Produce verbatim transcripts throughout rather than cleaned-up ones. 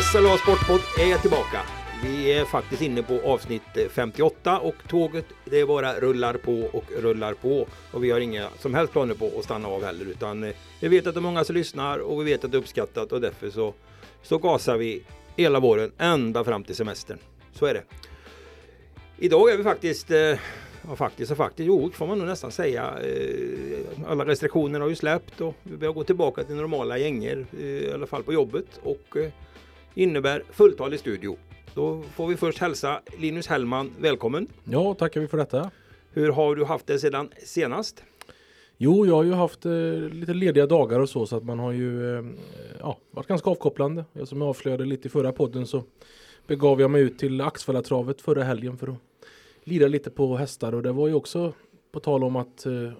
S L A Sportpodd är tillbaka. Vi är faktiskt inne på avsnitt femtioåtta och tåget det bara rullar på och rullar på. Och vi har inga som helst planer på att stanna av heller, utan vi vet att det är många som lyssnar och vi vet att det är uppskattat, och därför så, så gasar vi hela våren ända fram till semestern. Så är det. Idag är vi faktiskt, ja faktiskt och faktiskt, jo får man nog nästan säga, alla restriktioner har ju släppt och vi börjar gå tillbaka till normala gänger, i alla fall på jobbet, och innebär fulltalig studio. Då får vi först hälsa Linus Hellman, välkommen. Ja, tackar vi för detta. Hur har du haft det sedan senast? Jo, jag har ju haft eh, lite lediga dagar och så, så att man har ju eh, ja, varit ganska avkopplande. Jag som jag avslöjade lite i förra podden så begav jag mig ut till Axevallatravet förra helgen för att lira lite på hästar, och det var ju också på tal om att eh,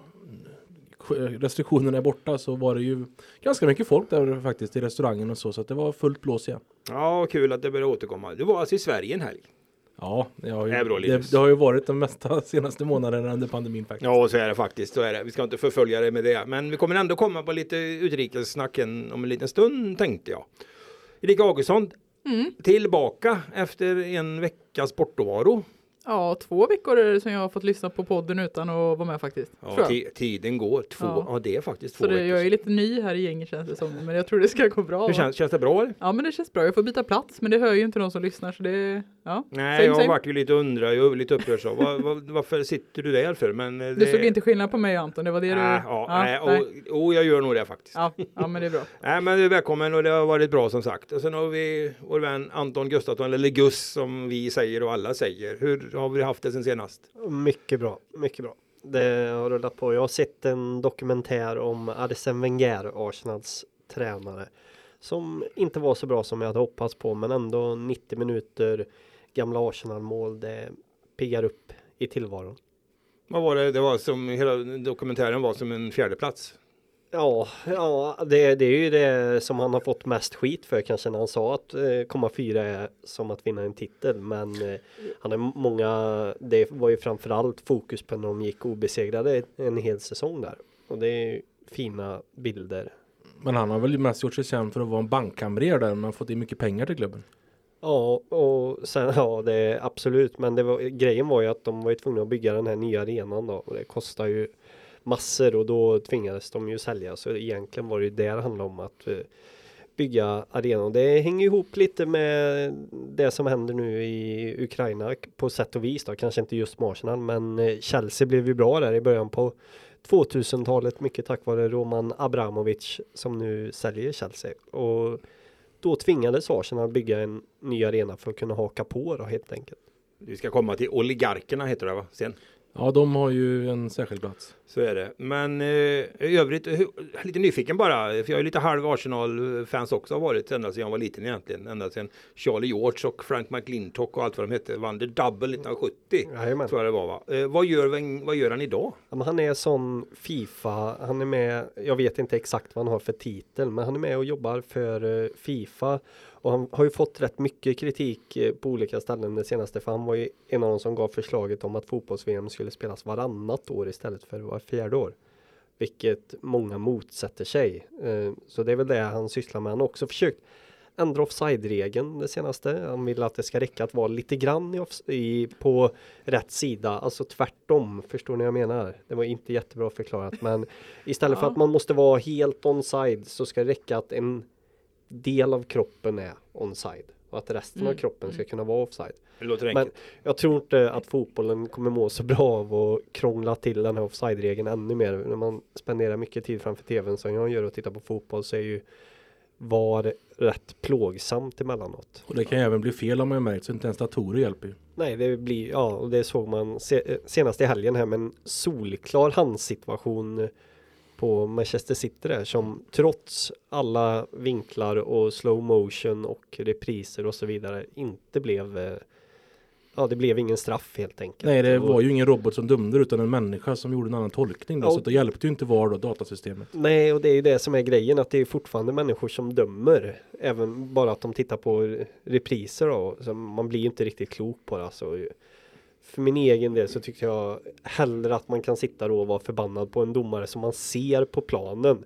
restriktionerna är borta, så var det ju ganska mycket folk där faktiskt i restaurangen och så, så att det var fullt blås igen. Ja, kul att det började återkomma. Du var alltså i Sverige en helg. Ja, det har ju, det, är bra, det, det har ju varit de mesta senaste månaderna under pandemin faktiskt. Ja, så är det faktiskt. Så är det. Vi ska inte förfölja det med det. Men vi kommer ändå komma på lite utrikessnacken om en liten stund, tänkte jag. Erika Augustsson, mm. tillbaka efter en veckas bortovaro. Ja, två veckor är det som jag har fått lyssna på podden utan att vara med faktiskt. Ja, t- tiden går. Två, ja. ja, det är faktiskt två så det, veckor. jag är lite ny här i gänget känns det som, men jag tror det ska gå bra. Hur känns, känns det bra eller? Ja, men det känns bra. Jag får byta plats, men det hör ju inte någon som lyssnar, så det, ja. Nej, same, jag har same. varit ju lite undra, jag är lite upprörd så. var, var, varför sitter du där för? Men det... Du såg inte skillnad på mig, Anton, det var det du... Ja, ja, ja nej, nej. Och, och jag gör nog det faktiskt. Ja, ja, men det är bra. Nej, men du är välkommen och det har varit bra som sagt. Och sen har vi vår vän Anton Gustafsson, eller Gus som vi säger och alla säger. Hur har vi haft det sen senast? Mycket bra, mycket bra. Det har rullat på. Jag har sett en dokumentär om Arsène Wenger, Arsenals tränare, som inte var så bra som jag hade hoppats på, men ändå nittio minuter gamla Arsenal-mål, det piggar upp i tillvaron. Vad var det? Det var som, hela dokumentären var som en fjärde plats. Ja, ja det, det är ju det som han har fått mest skit för kanske, när han sa att eh, komma fyra är som att vinna en titel. Men eh, han är många, det var ju framförallt fokus på när de gick obesegrade en hel säsong där. Och det är fina bilder. Men han har väl mest gjort sig känd för att vara en bankkamrer där, men fått in mycket pengar till klubben. Ja, och sen, ja det är absolut, men det var, grejen var ju att de var ju tvungna att bygga den här nya arenan då, och det kostar ju massor, och då tvingades de ju sälja, så egentligen var det ju det det handlade om, att uh, bygga arenan. Det hänger ihop lite med det som händer nu i Ukraina på sätt och vis då, kanske inte just Arsenal, men uh, Chelsea blev ju bra där i början på tvåtusentalet, mycket tack vare Roman Abramovich som nu säljer Chelsea, och då tvingades Arsenal bygga en ny arena för att kunna haka på då, helt enkelt. Vi ska komma till oligarkerna heter det va? Sen. Ja, de har ju en särskild plats. Så är det. Men eh, i övrigt, hur, lite nyfiken bara. För jag är lite halv Arsenal-fans också har varit ända sedan jag var liten egentligen. Ända sedan Charlie George och Frank McLintock och allt vad de hette vann det double nittonhundrasjuttio. Jajamän. Tror jag det var va? Eh, vad, gör, vad gör han idag? Ja, men han är sån FIFA, han är med, jag vet inte exakt vad han har för titel, men han är med och jobbar för uh, FIFA. Och han har ju fått rätt mycket kritik uh, på olika ställen det senaste, för han var ju en av de som gav förslaget om att fotbolls-V M skulle spelas varannat år istället för var fjärde år. Vilket många motsätter sig. Uh, så det är väl det han sysslar med. Han har också försökt ändra offside-regeln det senaste. Han vill att det ska räcka att vara lite grann i off- i, på rätt sida. Alltså tvärtom, förstår ni vad jag menar? Det var inte jättebra förklarat. Men istället ja. för att man måste vara helt onside, så ska det räcka att en del av kroppen är onside. Och att resten mm. av kroppen ska kunna vara offside. Det låter Men jag tror inte att fotbollen kommer må så bra av att krångla till den här offside-regeln ännu mer. När man spenderar mycket tid framför tvn som jag gör och tittar på fotboll, så är ju var rätt plågsamt emellanåt. Och det kan ju även bli fel om man märkt, så inte ens datorer hjälper ju. Nej, det blir, ja, och det såg man se, senast i helgen här med en solklar handsituation på Manchester City där, som trots alla vinklar och slow motion och repriser och så vidare inte blev, ja, det blev ingen straff helt enkelt. Nej, det och, var ju ingen robot som dömde utan en människa som gjorde en annan tolkning. Då, ja, så det hjälpte ju inte var då datasystemet. Nej, och det är ju det som är grejen, att det är fortfarande människor som dömer. Även bara att de tittar på repriser då. Så man blir inte riktigt klok på det. Alltså. För min egen del så tycker jag hellre att man kan sitta då och vara förbannad på en domare som man ser på planen.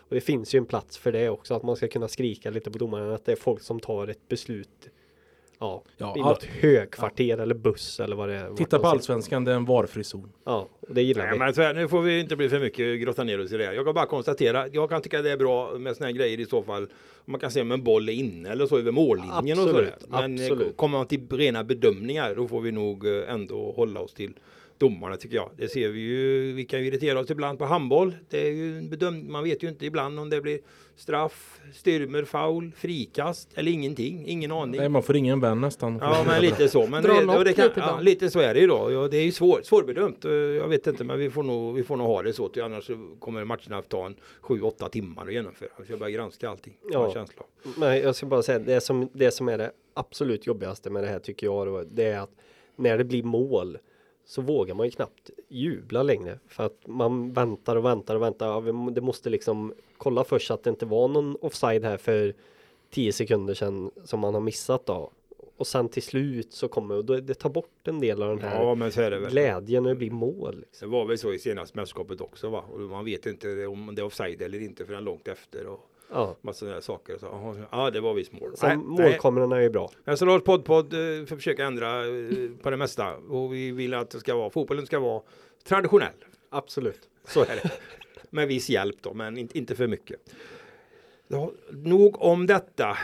Och det finns ju en plats för det också, att man ska kunna skrika lite på domaren att det är folk som tar ett beslut. Ja, Ja, i all- något högkvarter eller buss eller vad det är. Titta på Allsvenskan, det är en varfri zon. Ja, och det gillar Nej, vi. men så här, nu får vi inte bli för mycket grotta ner oss i det här. Jag kan bara konstatera, jag kan tycka det är bra med såna här grejer i så fall. Man kan se om en boll är inne eller så över mållinjen och Absolut, så där. Men absolut. eh, kommer man till rena bedömningar, då får vi nog eh, ändå hålla oss till domarna tycker jag. Det ser vi ju, vi kan ju irritera oss ibland på handboll. Det är ju en bedömning, man vet ju inte ibland om det blir straff, styrmer, foul, frikast eller ingenting. Ingen aning. Nej, man får ringa en vän nästan. Ja, men lite så. Men Dra det, lock och det kan, lite ja, ibland. lite så är det ju då. Ja, det är ju svår, svårbedömt. Eh, Jag vet inte, men vi får nog, vi får nog ha det så. Till annars så kommer matcherna att ta en sju åtta timmar att genomföra. Så jag bara granska allting. Ja. Ja. Känsla. Men jag ska bara säga, det som, det som är det absolut jobbigaste med det här tycker jag då, det är att när det blir mål så vågar man ju knappt jubla längre. För att man väntar och väntar och väntar. Ja, vi- Det måste liksom kolla först att det inte var någon offside här för tio sekunder sedan som man har missat då. Och sen till slut så kommer, och då, det tar bort en del av den här Ja, men så är det väl. glädjen när det blir mål. Liksom. Det var väl så i senaste mästerskapet också va? Och man vet inte om det är offside eller inte förrän långt efter och Ja. massa sådana där saker. Så, aha, ja, det var visst mål. Sen målkamerorna är ju bra. Men så låt poddpodd eh, för försöka ändra eh, på det mesta. Och vi vill att det ska vara, fotbollen ska vara traditionell. Absolut. Så är det. Med viss hjälp då, men inte, inte för mycket. Ja, nog om detta.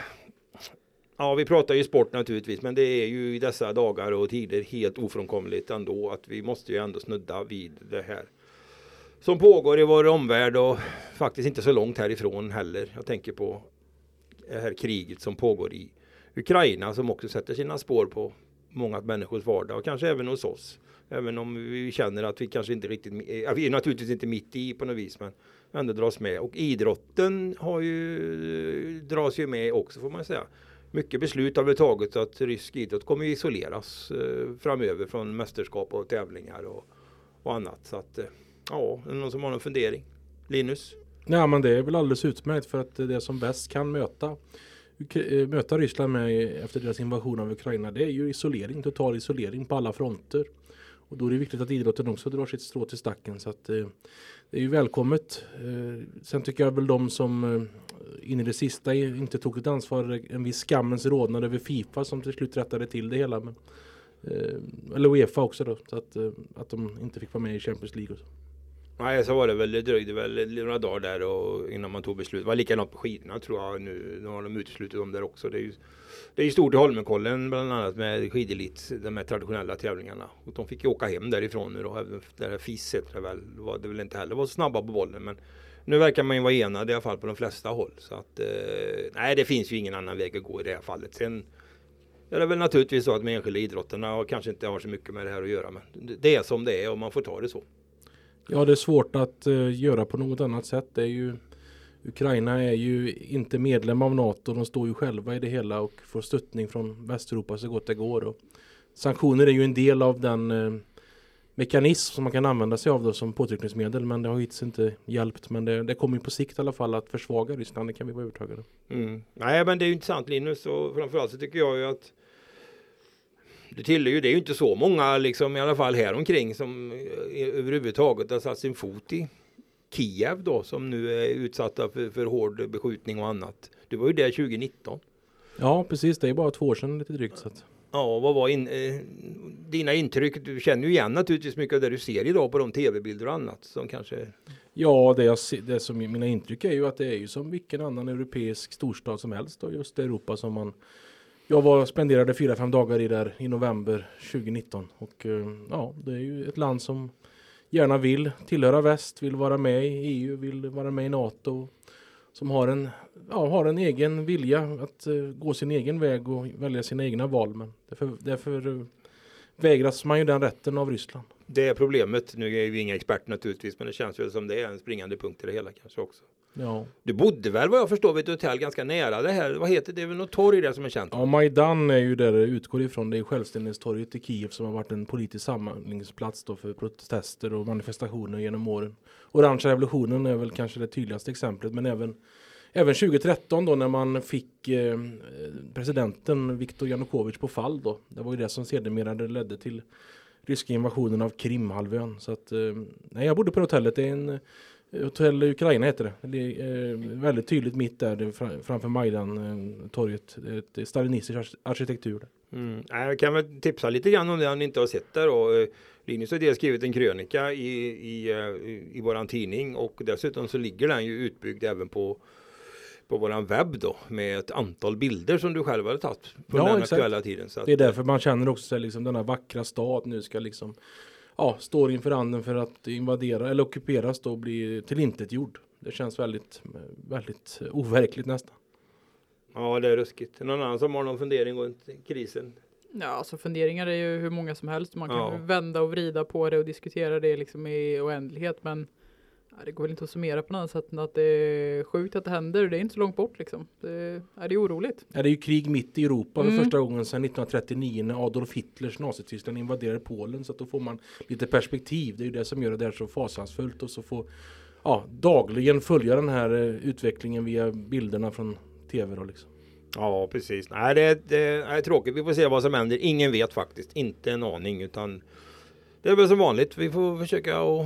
Ja, vi pratar ju sport naturligtvis, men det är ju i dessa dagar och tider helt ofrånkomligt ändå att vi måste ju ändå snudda vid det här som pågår i vår omvärld och faktiskt inte så långt härifrån heller. Jag tänker på det här kriget som pågår i Ukraina som också sätter sina spår på många människors vardag och kanske även hos oss. Även om vi känner att vi kanske inte riktigt, ja, vi är naturligtvis inte mitt i på något vis, men ändå dras med. Och idrotten har ju, dras ju med också får man säga. Mycket beslut har vi tagit att rysk idrott kommer isoleras eh, framöver från mästerskap och tävlingar och, och annat. Så att, eh, ja, är det någon som har någon fundering? Linus? Nej, men det är väl alldeles utmärkt för att det som bäst kan möta Uk- eh, möta Ryssland med efter deras invasion av Ukraina, det är ju isolering, total isolering på alla fronter. Och då är det viktigt att idrotten också drar sitt strå till stacken, så att eh, det är ju välkommet. Eh, sen tycker jag väl de som eh, in i det sista inte tog ett ansvar, en viss skammens rodnad över FIFA som till slut rättade till det hela. Men, eh, eller UEFA också då, så att, eh, att de inte fick vara med i Champions League och så. Nej, så var det väl, det dröjde väl några dagar där och innan man tog beslut. Det var likadant på skidorna tror jag nu. Nu har de uteslutit dem där också. Det är ju, det är ju stort i Holmenkollen bland annat med skidelit, de här traditionella tävlingarna. Och de fick ju åka hem därifrån nu då. Även det här fisset det väl, var det väl inte heller var så snabba på bollen. Men nu verkar man ju vara enad i alla fall på de flesta håll. Så att, eh, nej det finns ju ingen annan väg att gå i det här fallet. Sen är det väl naturligtvis så att de enskilda idrotterna kanske inte har så mycket med det här att göra. Men det är som det är och man får ta det så. Ja, det är svårt att uh, göra på något annat sätt. Det är ju, Ukraina är ju inte medlem av NATO. De står ju själva i det hela och får stöttning från Västeuropa så gott det går. Och sanktioner är ju en del av den uh, mekanism som man kan använda sig av då som påtryckningsmedel. Men det har hittills inte hjälpt. Men det, det kommer ju på sikt i alla fall att försvaga Ryssland. Det kan vi vara övertygade. Mm. Nej, men det är ju intressant Linus och framförallt så tycker jag ju att det tillhör ju, det är ju inte så många liksom i alla fall här omkring som eh, överhuvudtaget har satt sin fot i Kiev då som nu är utsatta för, för hård beskjutning och annat. Du var ju där tjugonitton. Ja, precis. Det är bara två år sedan lite drygt. Så att. Ja, vad var in, eh, dina intryck? Du känner ju igen naturligtvis mycket av det du ser idag på de tv-bilder och annat som kanske... Ja, det, jag, se- det som mina intryck är ju att det är ju som vilken annan europeisk storstad som helst då, just Europa som man... Jag var spenderade fyra, fem dagar i där i november tjugonitton och eh, ja, det är ju ett land som gärna vill tillhöra väst, vill vara med i E U, vill vara med i NATO, som har en, ja, har en egen vilja att uh, gå sin egen väg och välja sina egna val, men därför, därför uh, vägras man ju den rätten av Ryssland. Det är problemet. Nu är vi inga experter naturligtvis, men det känns väl som det är en springande punkt i det hela kanske också. Ja. Du bodde väl vad jag förstår vid ett hotell ganska nära det här. Vad heter det? Det är väl något torg där som är känt? Ja, Majdan är ju där det utgår ifrån. Det är självständighetstorget i Kiev som har varit en politisk samlingsplats då för protester och manifestationer genom åren. Orange revolutionen är väl kanske det tydligaste exemplet, men även, även tjugohundratretton då när man fick eh, presidenten Viktor Janukovyč på fall då. Det var ju det som sedermera ledde till ryska invasionen av Krimhalvön. Så att, eh, nej, jag bodde på hotellet. Det är en Hotell Ukraina heter det. Det är eh, väldigt tydligt mitt där det, fram, framför Majdan-torget. Eh, det är stalinistisk arkitektur där. Mm. Jag kan väl tipsa lite grann om det han inte har sett där. Och Linus har dels skrivit en krönika i, i, i, i våran tidning och dessutom så ligger den ju utbyggd även på, på våran webb då med ett antal bilder som du själv hade tagit på ja, den exakt. aktuella tiden. Så att, det är därför man känner också att liksom, denna vackra stad nu ska liksom ja, står inför anden för att invadera eller ockuperas då och bli tillintetgjord. Det känns väldigt, väldigt overkligt nästan. Ja, det är ruskigt. Någon annan som har någon fundering runt krisen? Ja, alltså funderingar är ju hur många som helst. Man kan Ja. vända och vrida på det och diskutera det liksom i oändlighet. Men ja, det går väl inte att summera på något sätt än att det är sjukt att det händer. Det är inte så långt bort liksom. Det är det oroligt. Ja, det är ju krig mitt i Europa Mm. för första gången sedan nittonhundratrettionio när Adolf Hitlers Nazityskland invaderade Polen. Så att då får man lite perspektiv. Det är ju det som gör det här så fasansfullt och så får ja, dagligen följa den här eh, utvecklingen via bilderna från tv då liksom. Ja, precis. Nej, det, det är tråkigt. Vi får se vad som händer. Ingen vet faktiskt. Inte en aning. Utan det är väl som vanligt. Vi får försöka att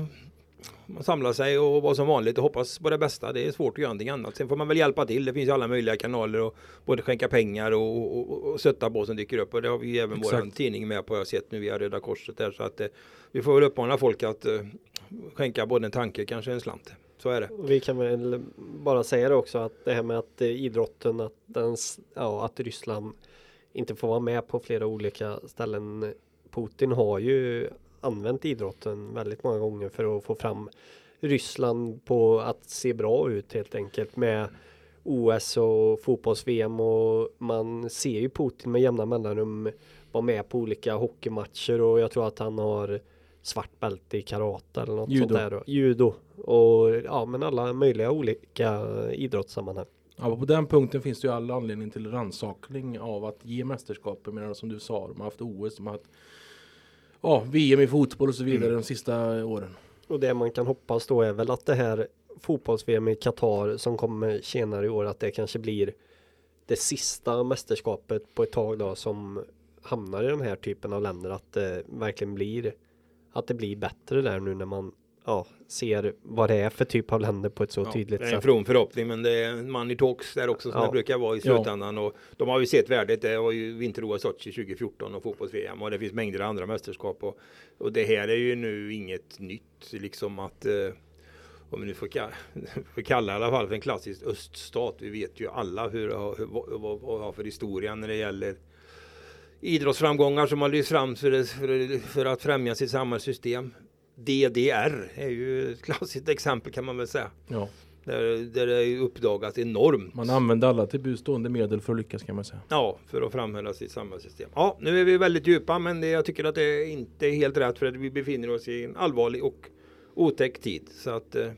samla sig och vara som vanligt och hoppas på det bästa. Det är svårt att göra någonting annat. Sen får man väl hjälpa till. Det finns ju alla möjliga kanaler och både skänka pengar och, och, och stötta på som dyker upp. Och det har vi ju även Exakt. vår tidning med på. Jag har sett nu via Röda Korset där. Så att eh, vi får väl uppmana folk att eh, skänka både en tanke kanske en slant. Så är det. Vi kan väl bara säga det också att det här med att eh, idrotten, att, den, ja, att Ryssland inte får vara med på flera olika ställen. Putin har ju använt idrotten väldigt många gånger för att få fram Ryssland på att se bra ut helt enkelt med O S och fotbolls-V M och man ser ju Putin med jämna mellanrum vara med på olika hockeymatcher och jag tror att han har svart bälte i karate eller något Judo. sånt där. Då. Judo. Och ja, men alla möjliga olika idrottssammanhang. Ja, på den punkten finns det ju all anledning till rannsakning av att ge mästerskapen. Men som du sa, de har haft O S, de har haft ja, V M i fotboll och så vidare mm. de sista åren. Och det man kan hoppas då är väl att det här fotbolls-V M i Qatar som kommer senare i år, att det kanske blir det sista mästerskapet på ett tag då som hamnar i den här typen av länder, att det verkligen blir att det blir bättre där nu när man ja, ser vad det är för typ av länder på ett så Ja, tydligt sätt. det är en from förhoppning, men det är money talks där också som Ja. det brukar vara i slutändan. Och de har ju sett värdet. Det var ju vinter-O S Sochi tjugo fjorton och fotbolls-V M och det finns mängder av andra mästerskap. Och, och det här är ju nu inget nytt liksom att eh, om vi nu får, ka- får kalla i alla fall för en klassisk öststat. Vi vet ju alla hur, hur, vad, vad, vad har för historia när det gäller idrottsframgångar som har lyfts fram för, för, för att främja sitt samhällssystem. D D R är ju ett klassiskt exempel kan man väl säga. Ja. Där, där det är uppdagat enormt. Man använder alla till budstående medel för att lyckas kan man säga. Ja, för att framhäva sitt samhällssystem. Ja, nu är vi väldigt djupa men det, jag tycker att det inte är helt rätt för att vi befinner oss i en allvarlig och otäck tid. Så att eh,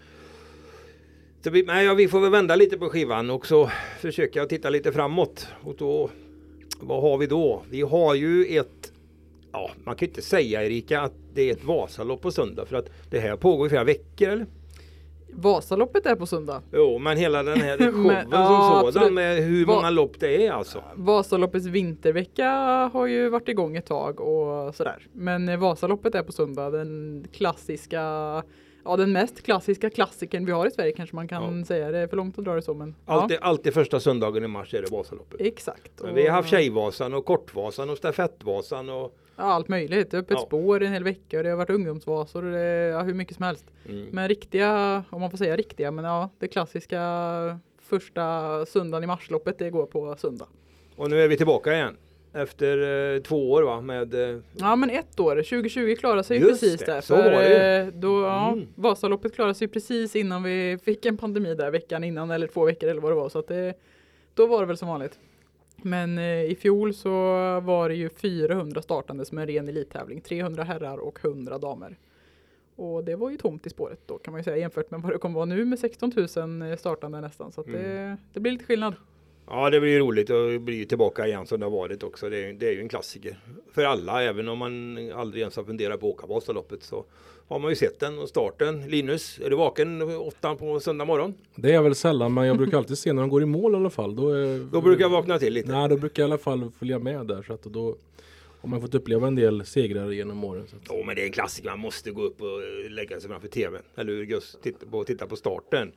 så vi, nej, ja, vi får väl vända lite på skivan och så försöka att titta lite framåt. Och då, vad har vi då? Vi har ju ett, ja, man kan inte säga Erika att det är ett Vasalopp på söndag för att det här pågår i flera veckor eller? Vasaloppet är på söndag. Jo, men hela den här showen Men, som ja, sådan absolut. med hur Va- många lopp det är alltså. Vasaloppets vintervecka har ju varit igång ett tag och sådär. Men eh, Vasaloppet är på söndag. Den klassiska, ja den mest klassiska klassikern vi har i Sverige kanske man kan Ja. säga. Det är för långt att dra det så men Alltid, alltid första söndagen i mars är det Vasaloppet. ja, exakt. Men Och- vi har haft Tjejvasan och Kortvasan och Stafettvasan och Ja, allt möjligt. Öppet Ja. spår en hel vecka och det har varit ungdomsvasor och det är ja, hur mycket som helst. mm. Men riktiga, om man får säga riktiga, men ja, det klassiska första söndagen i marsloppet det går på söndag. Och nu är vi tillbaka igen. Efter eh, två år va med eh, Ja men ett år, tjugo tjugo klarade sig ju Just precis det, där. så För var det. eh, då, ja, Mm. Vasaloppet klarade sig precis innan vi fick en pandemi där veckan innan eller två veckor eller vad det var. Så att det, då var det väl som vanligt. Men eh, i fjol så var det ju fyrahundra startande som en ren elittävling. trehundra herrar och hundra damer. Och det var ju tomt i spåret då kan man ju säga jämfört med vad det kommer vara nu med sexton tusen startande nästan. Så att det, Mm. det blir lite skillnad. ja det blir ju roligt och blir tillbaka igen som det har varit också. Det är, det är ju en klassiker. För alla, även om man aldrig ens har funderat på att åka Vasaloppet så har man ju sett den och starten. Linus, är du vaken åtta på söndag morgon? Det är väl sällan, men jag brukar alltid se när de går i mål i alla fall. Då, är, Då brukar jag vakna till lite. Nej, då brukar jag i alla fall följa med där. Så att då har man fått uppleva en del segrar genom åren. Så att... Ja, men det är en klassiker. Man måste gå upp och lägga sig framför tvn. Eller just titta på, titta på starten.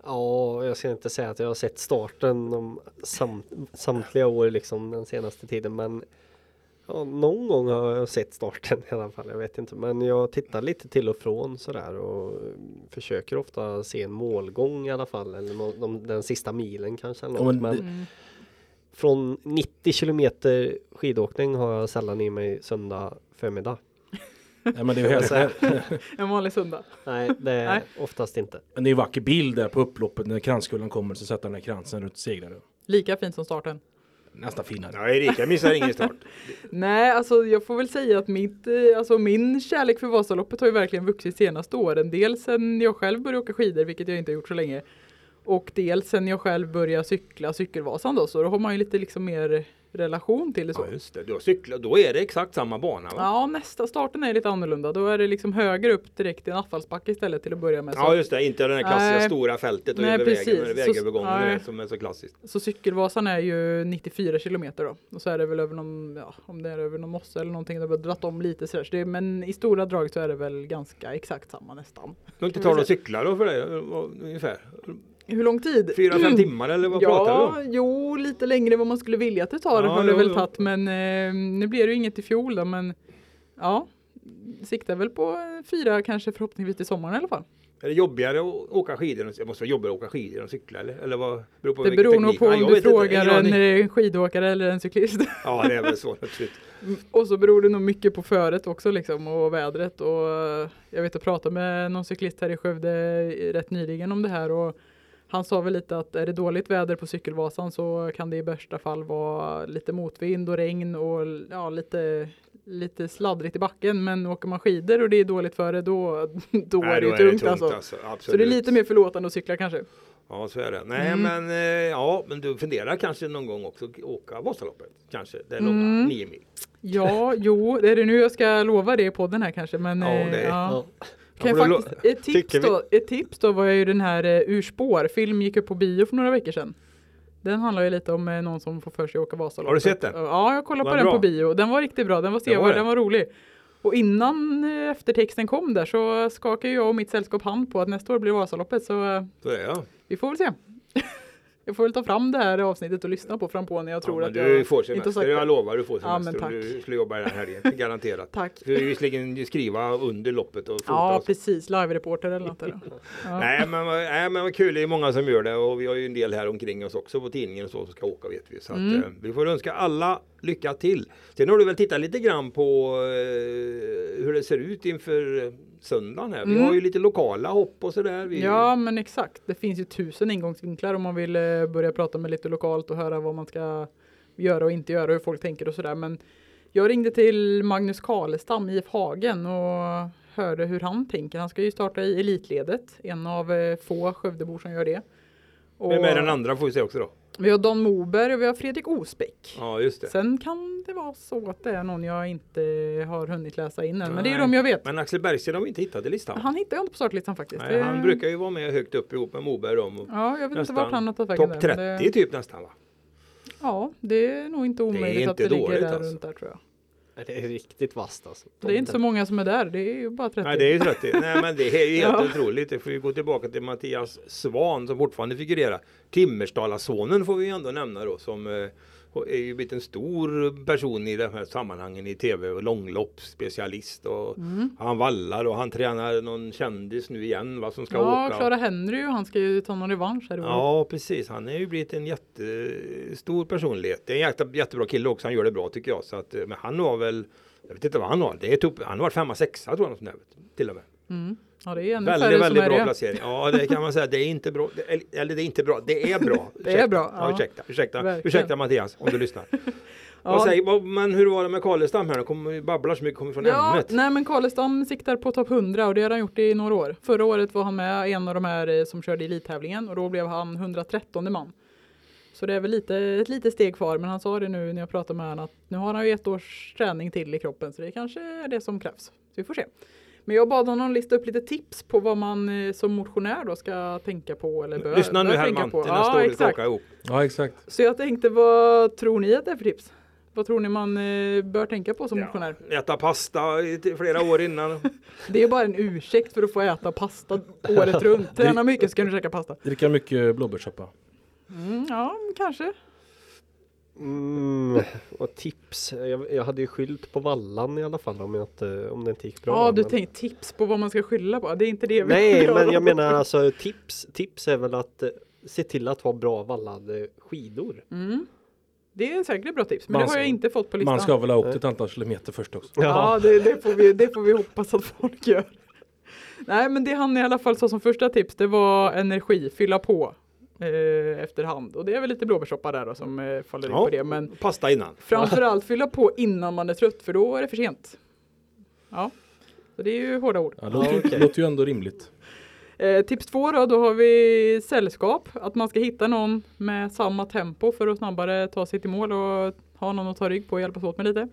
Ja, jag ska inte säga att jag har sett starten om sam, samtliga år liksom den senaste tiden, men ja, någon gång har jag sett starten i alla fall, jag vet inte, men jag tittar lite till och från sådär och försöker ofta se en målgång i alla fall, eller no, de, den sista milen kanske eller något, Ja, men men det... Mm. från nittio kilometer skidåkning har jag sällan i mig söndag förmiddag. Nej, men det är ju Så helt... här. En vanlig söndag. Nej, det är Nej. oftast inte. Men det är en vacker bild där på upploppet när kranskullen kommer, så sätter den här kransen runt segraren. Lika fint som starten. Nästan finare. Ja, Erika missar ingen start. Nej, alltså jag får väl säga att mitt, eh, alltså min kärlek för Vasaloppet har ju verkligen vuxit senaste åren. Dels sen jag själv började åka skidor, vilket jag inte har gjort så länge. Och dels sen jag själv började cykla cykelvasan då, så då har man ju lite liksom mer relation till det så. Ja, just det. Du har cyklat, då är det exakt samma bana, va? Ja, nästa starten är lite annorlunda. Då är det liksom högre upp direkt i en asfaltsbacke istället till att börja med. Så, Ja, just det. Inte det här klassiska Nej. stora fältet och Nej, över precis. vägen. Och Så- vägövergången nej. är det som är så klassiskt. så cykelvasan är ju nittiofyra kilometer då. Och så är det väl över någon, ja, om det är över någon mosse eller någonting, det har dratt om lite sådär. Så det, men i stora drag så är det väl ganska exakt samma nästan. Du har inte talat om cyklar då för dig? Ungefär. Hur lång tid? Fyra, fem timmar eller vad pratar vi Ja, om? jo, lite längre än vad man skulle vilja att det tar. Ja, har det jo, väl jo. tagit, men eh, nu blir det ju inget i fjol då, men ja, siktar väl på eh, fyra kanske förhoppningsvis till sommaren i alla fall. Är det jobbigare att åka skidor? Det måste vara jobbigare att åka skidor än att cykla, eller? Eller vad beror på Det vilken beror nog teknik? på Ja, om jag du vet inte. frågar Ingen aning. en eh, skidåkare eller en cyklist. Ja, det är väl så naturligt. Och så beror det nog mycket på föret också liksom, och vädret. Och eh, jag vet att prata med någon cyklist här i Skövde rätt nyligen om det här. Och han sa väl lite att är det dåligt väder på cykelvasan så kan det i bästa fall vara lite motvind och regn och ja, lite, lite sladdrigt i backen. Men åker man skidor och det är dåligt före då, då Nej, är det ju då tungt, alltså. Absolut. Så det är lite mer förlåtande att cykla kanske. Ja, så är det. Nej, Mm. men eh, ja, men du funderar kanske någon gång också att åka Vasaloppet. Kanske, det är långa Mm. nio mil. Ja, jo, det är det nu jag ska lova det i podden här kanske. Men, Ja, eh, det- ja. Ja. Kan Ja, jag för det faktiskt, ett, tips tycker vi- då, ett tips då var ju den här uh, Ur spår. Film gick upp på bio för några veckor sedan. Den handlar ju lite om eh, någon som får för sig att åka Vasaloppet. Har du sett den? Ja, jag kollade Var på den den bra? på bio. Den var riktigt bra. Den var Den var sevärd, det? den var rolig. Och innan eh, eftertexten kom där så skakade jag och mitt sällskap hand på att nästa år blir Vasaloppet. Så eh, Så är det, ja. vi får väl se. Jag får väl ta fram det här avsnittet och lyssna på fram på när jag tror ja, att men jag du får inte har semester, sagt jag det. lovar du får Ja, men semester. tack. och du skulle jobba den helgen, garanterat. Tack. Du ska ju visserligen skriva under loppet och fota. Ja, och så. precis. Live-reporter eller något. Eller? Ja. Nej, men, vad- nej, men vad kul, det är många som gör det och vi har ju en del här omkring oss också på tidningen och så som ska åka, vet vi. Så att, Mm. eh, vi får önska alla lycka till. Sen har du väl tittat lite grann på eh, hur det ser ut inför eh, söndagen här. Vi Mm. har ju lite lokala hopp och sådär. Vi, Ja, men exakt. Det finns ju tusen ingångsvinklar om man vill eh, börja prata med lite lokalt och höra vad man ska göra och inte göra och hur folk tänker och sådär. Men jag ringde till Magnus Karlestam i I F Hagen och hörde hur han tänker. Han ska ju starta i elitledet. En av eh, få Skövdebor som gör det. Och Vem är den andra får vi se också då? vi har Don Moberg och vi har Fredrik Osbeck. Ja, just det. Sen kan det vara så att det är någon jag inte har hunnit läsa in än. Men det är Nej. de jag vet. Men Axel Bergsten har vi inte hittat i listan. Han hittar jag inte på startlistan faktiskt. Nej, Det- han brukar ju vara med högt upp ihop med Moberg och dem. Ja, jag vet inte Nästan vart han har tagit vägen. Topp där, men trettio det- typ nästan, va? Ja, det är nog inte omöjligt inte att det ligger dåligt, där alltså. runt där tror jag. Det är riktigt vasst alltså. Det är inte så många som är där, det är ju bara trettio. Nej, det är ju trettio. Nej, men det är ju helt Ja. otroligt. Det får ju gå tillbaka till Mattias Svan som fortfarande figurerar. Timmersdalasonen får vi ju ändå nämna då, som eh, är ju blivit en stor person i de här sammanhangen i tv och långloppsspecialist och Mm. han vallar och han tränar någon kändis nu igen, vad som ska Ja, åka. Clara Henry, han ska ju ta någon revansch här i år. Ja, precis. Han är ju blivit en jättestor personlighet. Det är en jätte, jättebra kille också. Han gör det bra tycker jag. Så att, men han har väl, jag vet inte vad han har. Det är typ, han har varit femma, sexa tror jag. Sånt där, till och med. Mm. Ja, det är ännu Väldigt, färre som väldigt är bra det. placering. Ja, det kan man säga. Det är inte bra. Det är, eller det är inte bra. Det är bra. Det är bra, Ja, ja. ursäkta. Ursäkta. Verkligen. ursäkta Mattias om du lyssnar. Ja. Vad säger, vad, men hur var det med Karlestam här? De kommer babblar så mycket kommer från Ja, ämnet. nej men Karlestam siktar på topp hundra och det har han gjort i några år. Förra året var han med en av de här eh, som körde elittävlingen och då blev han hundratrettonde man. Så det är väl lite, ett litet steg kvar, men han sa det nu när jag pratade med honom att nu har han ju ett års träning till i kroppen så det kanske är det som krävs. Så vi får se. Men jag bad honom lista upp lite tips på vad man eh, som motionär då ska tänka på eller bör, Lyssna nu bör tänka Herman på. till nästa Ja, år vi ska exakt. åka ihop. Ja, exakt. Så jag tänkte, vad tror ni att det är för tips? Vad Vad tror ni man eh, bör tänka på som Ja, motionär? äta pasta i flera år innan. Det är bara en ursäkt för att få äta pasta året runt. Träna mycket så kan du käka pasta. Dricka mycket blåbärssoppa. Mm, ja, kanske. Mm, och tips. Jag, jag hade ju skyllt på vallan i alla fall om, jag inte, om det inte gick bra. Ja, du men... tänkte tips på vad man ska skylla på. Det är inte det vi Nej, pratar men om. jag menar alltså tips. Tips är väl att eh, se till att ha bra vallade skidor. Mm. Det är säkert ett bra tips, men Man det har jag ska- inte fått på listan. Man ska väl ha åkt ett antal kilometer först också. Ja, det, det, får vi, det får vi hoppas att folk gör. Nej, men det han i alla fall sa som första tips, det var energi, fylla på eh, efterhand. Och det är väl lite blåbärssoppa där då, som eh, faller in Ja, på det. Men pasta innan. framförallt fylla på innan man är trött, för då är det för sent. Ja, så det är ju hårda ord. Ja, det låter, Ja, okej. låter ju ändå rimligt. Eh, tips två då, då har vi sällskap. Att man ska hitta någon med samma tempo för att snabbare ta sig till mål och ha någon att ta rygg på och hjälpas åt med lite.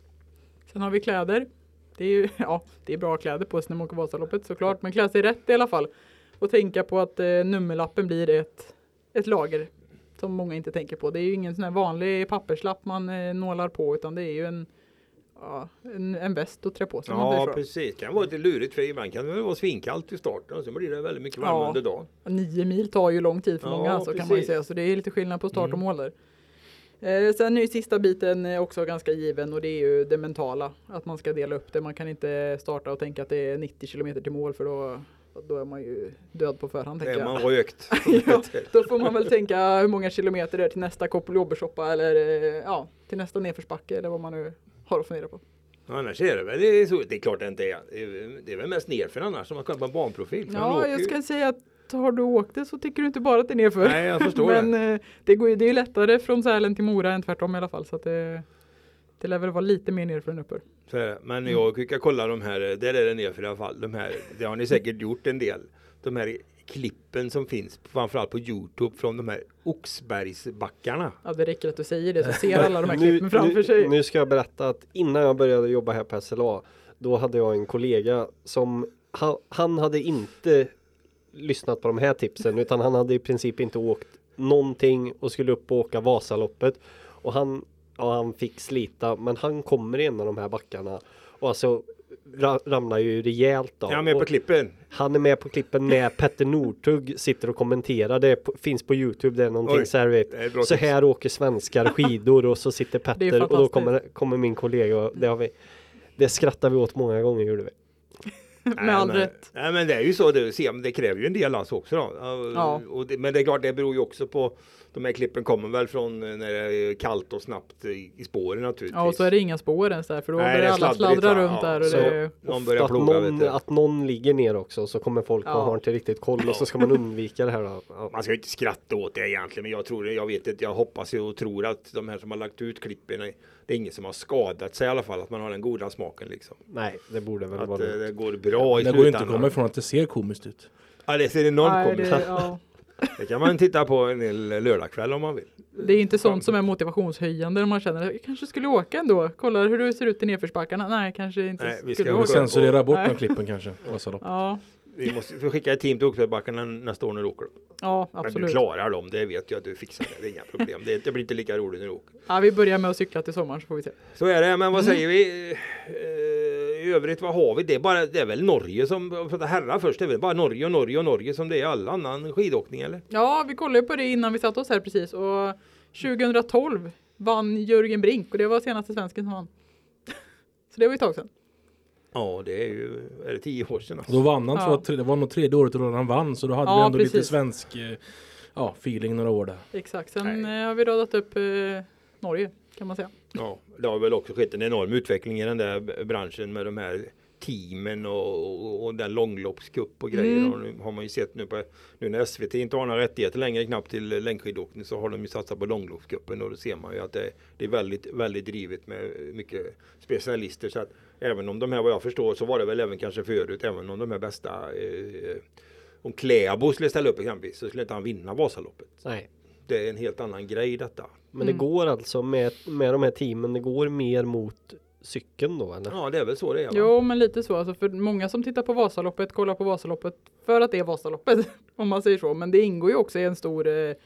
Sen har vi kläder. Det är ju, ja, det är bra kläder på sig när man åker Vasaloppet såklart, men klä sig rätt i alla fall. Och tänka på att eh, nummerlappen blir ett, ett lager som många inte tänker på. Det är ju ingen sån här vanlig papperslapp man eh, nålar på, utan det är ju en, ja, en, en väst att trä på sig. om man Ja, säger så. precis. Det kan vara lite lurigt för ibland kan det väl vara svinkallt i starten och så blir det väldigt mycket varmare Ja. under dagen. Nio mil tar ju lång tid för Ja, många, så kan man ju precis. säga. Så det är lite skillnad på start och Mm. mål där. Eh, sen är ju sista biten eh, också ganska given, och det är ju det mentala. Att man ska dela upp det. Man kan inte starta och tänka att det är nittio kilometer till mål, för då, då är man ju död på förhand, Det tänker är jag. man rökt. Ja, då får man väl tänka hur många kilometer det är till nästa kopp blåbärssoppa, eller eh, ja, till nästa nedförsbacke, eller vad man nu har att fundera på. Annars är det väl, det är, så, det är klart det inte är. Det är, det är väl mest nerför annars som man kollar på en banprofil. För man Ja, åker jag ju- ska säga att har du åkt det så tycker du inte bara att det är nerför. Nej, jag förstår Men det. eh, det, går, ju- det är ju lättare från Sälen till Mora än tvärtom i alla fall. Så att det, det lär väl vara lite mer nerför än uppför. Så är det. Men jag brukar kolla de här, där är det nerför i alla fall. De här, det har ni säkert gjort en del. De här klippen som finns, framförallt på YouTube, från de här Oxbergsbackarna. Ja, det räcker att du säger det så ser alla de här Nu, klippen framför nu, sig. nu ska jag berätta att innan jag började jobba här på S L A, då hade jag en kollega som ha, han hade inte lyssnat på de här tipsen, utan han hade i princip inte åkt någonting och skulle upp och åka Vasaloppet. Och han, ja, han fick slita, men han kommer i en av de här backarna och alltså ra, ramlar ju rejält då. Är han med på Och klippen? han är med på klippen med Petter Northug, sitter och kommenterar. Det är på, finns på YouTube, det är någonting Oj, så här, vet, det är bra så tips. här åker svenskar skidor och så sitter Det är Petter och då fantastiskt. kommer, kommer min kollega och det har vi, det skrattar vi åt många gånger, gjorde vi. Med all men, rätt. Nej, men det är ju så, det, se, det kräver ju en del alltså också då. Ja. Och det, men det är klart, det beror ju också på, de här klippen kommer väl från när det är kallt och snabbt i, i spåren naturligtvis. Ja, och så är det inga spår ens där, för då Nej, det börjar är alla sladdrigt, sladdra va? runt Ja, där. Och så- det, De börjar Att ploga, någon, vet du. att någon ligger ner också, så kommer folk Ja. och har inte riktigt koll och så ska man undvika det här då. Ja. Man ska ju inte skratta åt det egentligen, men jag tror det, jag vet inte, jag hoppas ju och tror att de här som har lagt ut klippen, det är ingen som har skadat sig i alla fall, att man har den goda smaken liksom. Nej, det borde väl Att vara eh, det. det går bra i Det går ju inte att slutändan. komma ifrån att det ser komiskt ut. Ja, det ser enormt nej, komiskt. det, ja. Det kan man titta på en hel lördagkväll om man vill. Det är inte sånt som är motivationshöjande när man känner att jag kanske skulle åka ändå. Kolla hur det ser ut i nedförsbackarna. Nej, kanske inte Nej, vi skulle ska Vi åka. åka. censurera bort Nej. de klippen kanske. Vasalopp. Ja, Vi måste vi får skicka ett team till Oxbergsbackarna nästa år när du åker. ja, Men du absolut. klarar dem, det vet jag att du fixar det. Det är inga problem. Det, det blir inte lika roligt när du åker. Ja, vi börjar med att cykla till sommaren så får vi se. Så är det, men vad Mm. säger vi? Eh, I övrigt, vad har vi? Det är, bara, det är väl Norge som, för det herrar först, det är väl bara Norge och Norge och Norge som det är all annan skidåkning eller? Ja, vi kollade på det innan vi satte oss här precis. Och tjugohundratolv vann Jörgen Brink och det var senaste svensken som vann. Så det var ju ett tag sedan. Ja, det är ju, är det tio år sedan alltså. Då vann han, Ja. tror jag, tre- det var nog tredje året då han vann, så då hade Ja, vi ändå lite precis. svensk eh, ja, feeling några år där. Exakt, sen Nej. eh, har vi radat upp eh, Norge kan man säga. Ja, det har väl också skett en enorm utveckling i den där b- branschen med de här teamen och, och, och den långloppscup och grejer. Mm. Och nu har man ju sett nu på, nu när S V T inte har några rättigheter längre knappt till längdskidåkning, så har de ju satsat på långloppscupen, och då ser man ju att det, det är väldigt, väldigt drivet med mycket specialister. Så att även om de här, vad jag förstår, så var det väl även kanske förut, även om de här bästa eh, om Kläbo skulle ställa upp exempelvis, så skulle inte han vinna Vasaloppet. Nej. Det är en helt annan grej detta. Men Mm. det går alltså med, med de här teamen, det går mer mot cykeln då, eller? Ja, det är väl så det är. Va? Jo, men lite så. Alltså, för många som tittar på Vasaloppet kollar på Vasaloppet för att det är Vasaloppet, om man säger så. Men det ingår ju också i en stor eh,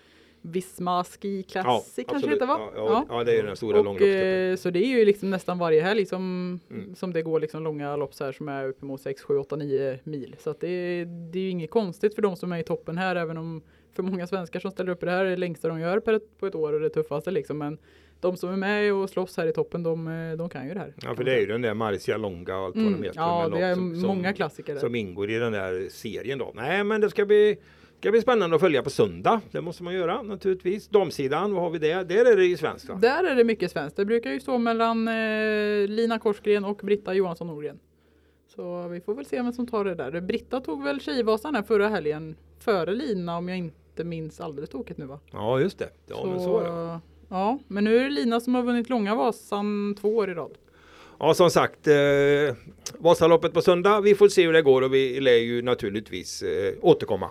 Visma Ski Classic Ja, kanske det absolut. heter va? Ja, ja, ja, det är ju den stora Och, långloppscupen. eh, så det är ju liksom nästan varje helg som, Mm. som det går liksom långa lopp så här som är uppemot sex, sju, åtta, nio mil. Så att det, är- det är ju inget konstigt för de som är i toppen här, även om för många svenskar som ställer upp i det här är det längsta de gör per ett, på ett år och det tuffaste liksom. Men de som är med och slåss här i toppen, de, eh, de kan ju det här. Ja, för det är ju den där Marcia Longa och allt vad Mm. de heter. Ja, med det är lopp som- många som- klassiker där. Som ingår i den där serien då. Nej, men det ska bli, ska bli spännande att följa på söndag. Det måste man göra naturligtvis. Damsidan, vad har vi där? Där är det ju svenskt va? Där är det mycket svenskt. Det brukar ju stå mellan eh, Lina Korsgren och Britta Johansson Norgren. Så vi får väl se vem som tar det där. Britta tog väl Tjejvasan här förra helgen före Lina om jag inte minns alldeles tokigt nu va? Ja, just det. Ja, så, men så är det. Ja, men nu är det Lina som har vunnit långa Vasan två år i rad. Ja, som sagt, eh, Vasaloppet på söndag. Vi får se hur det går och vi lär ju naturligtvis eh, återkomma.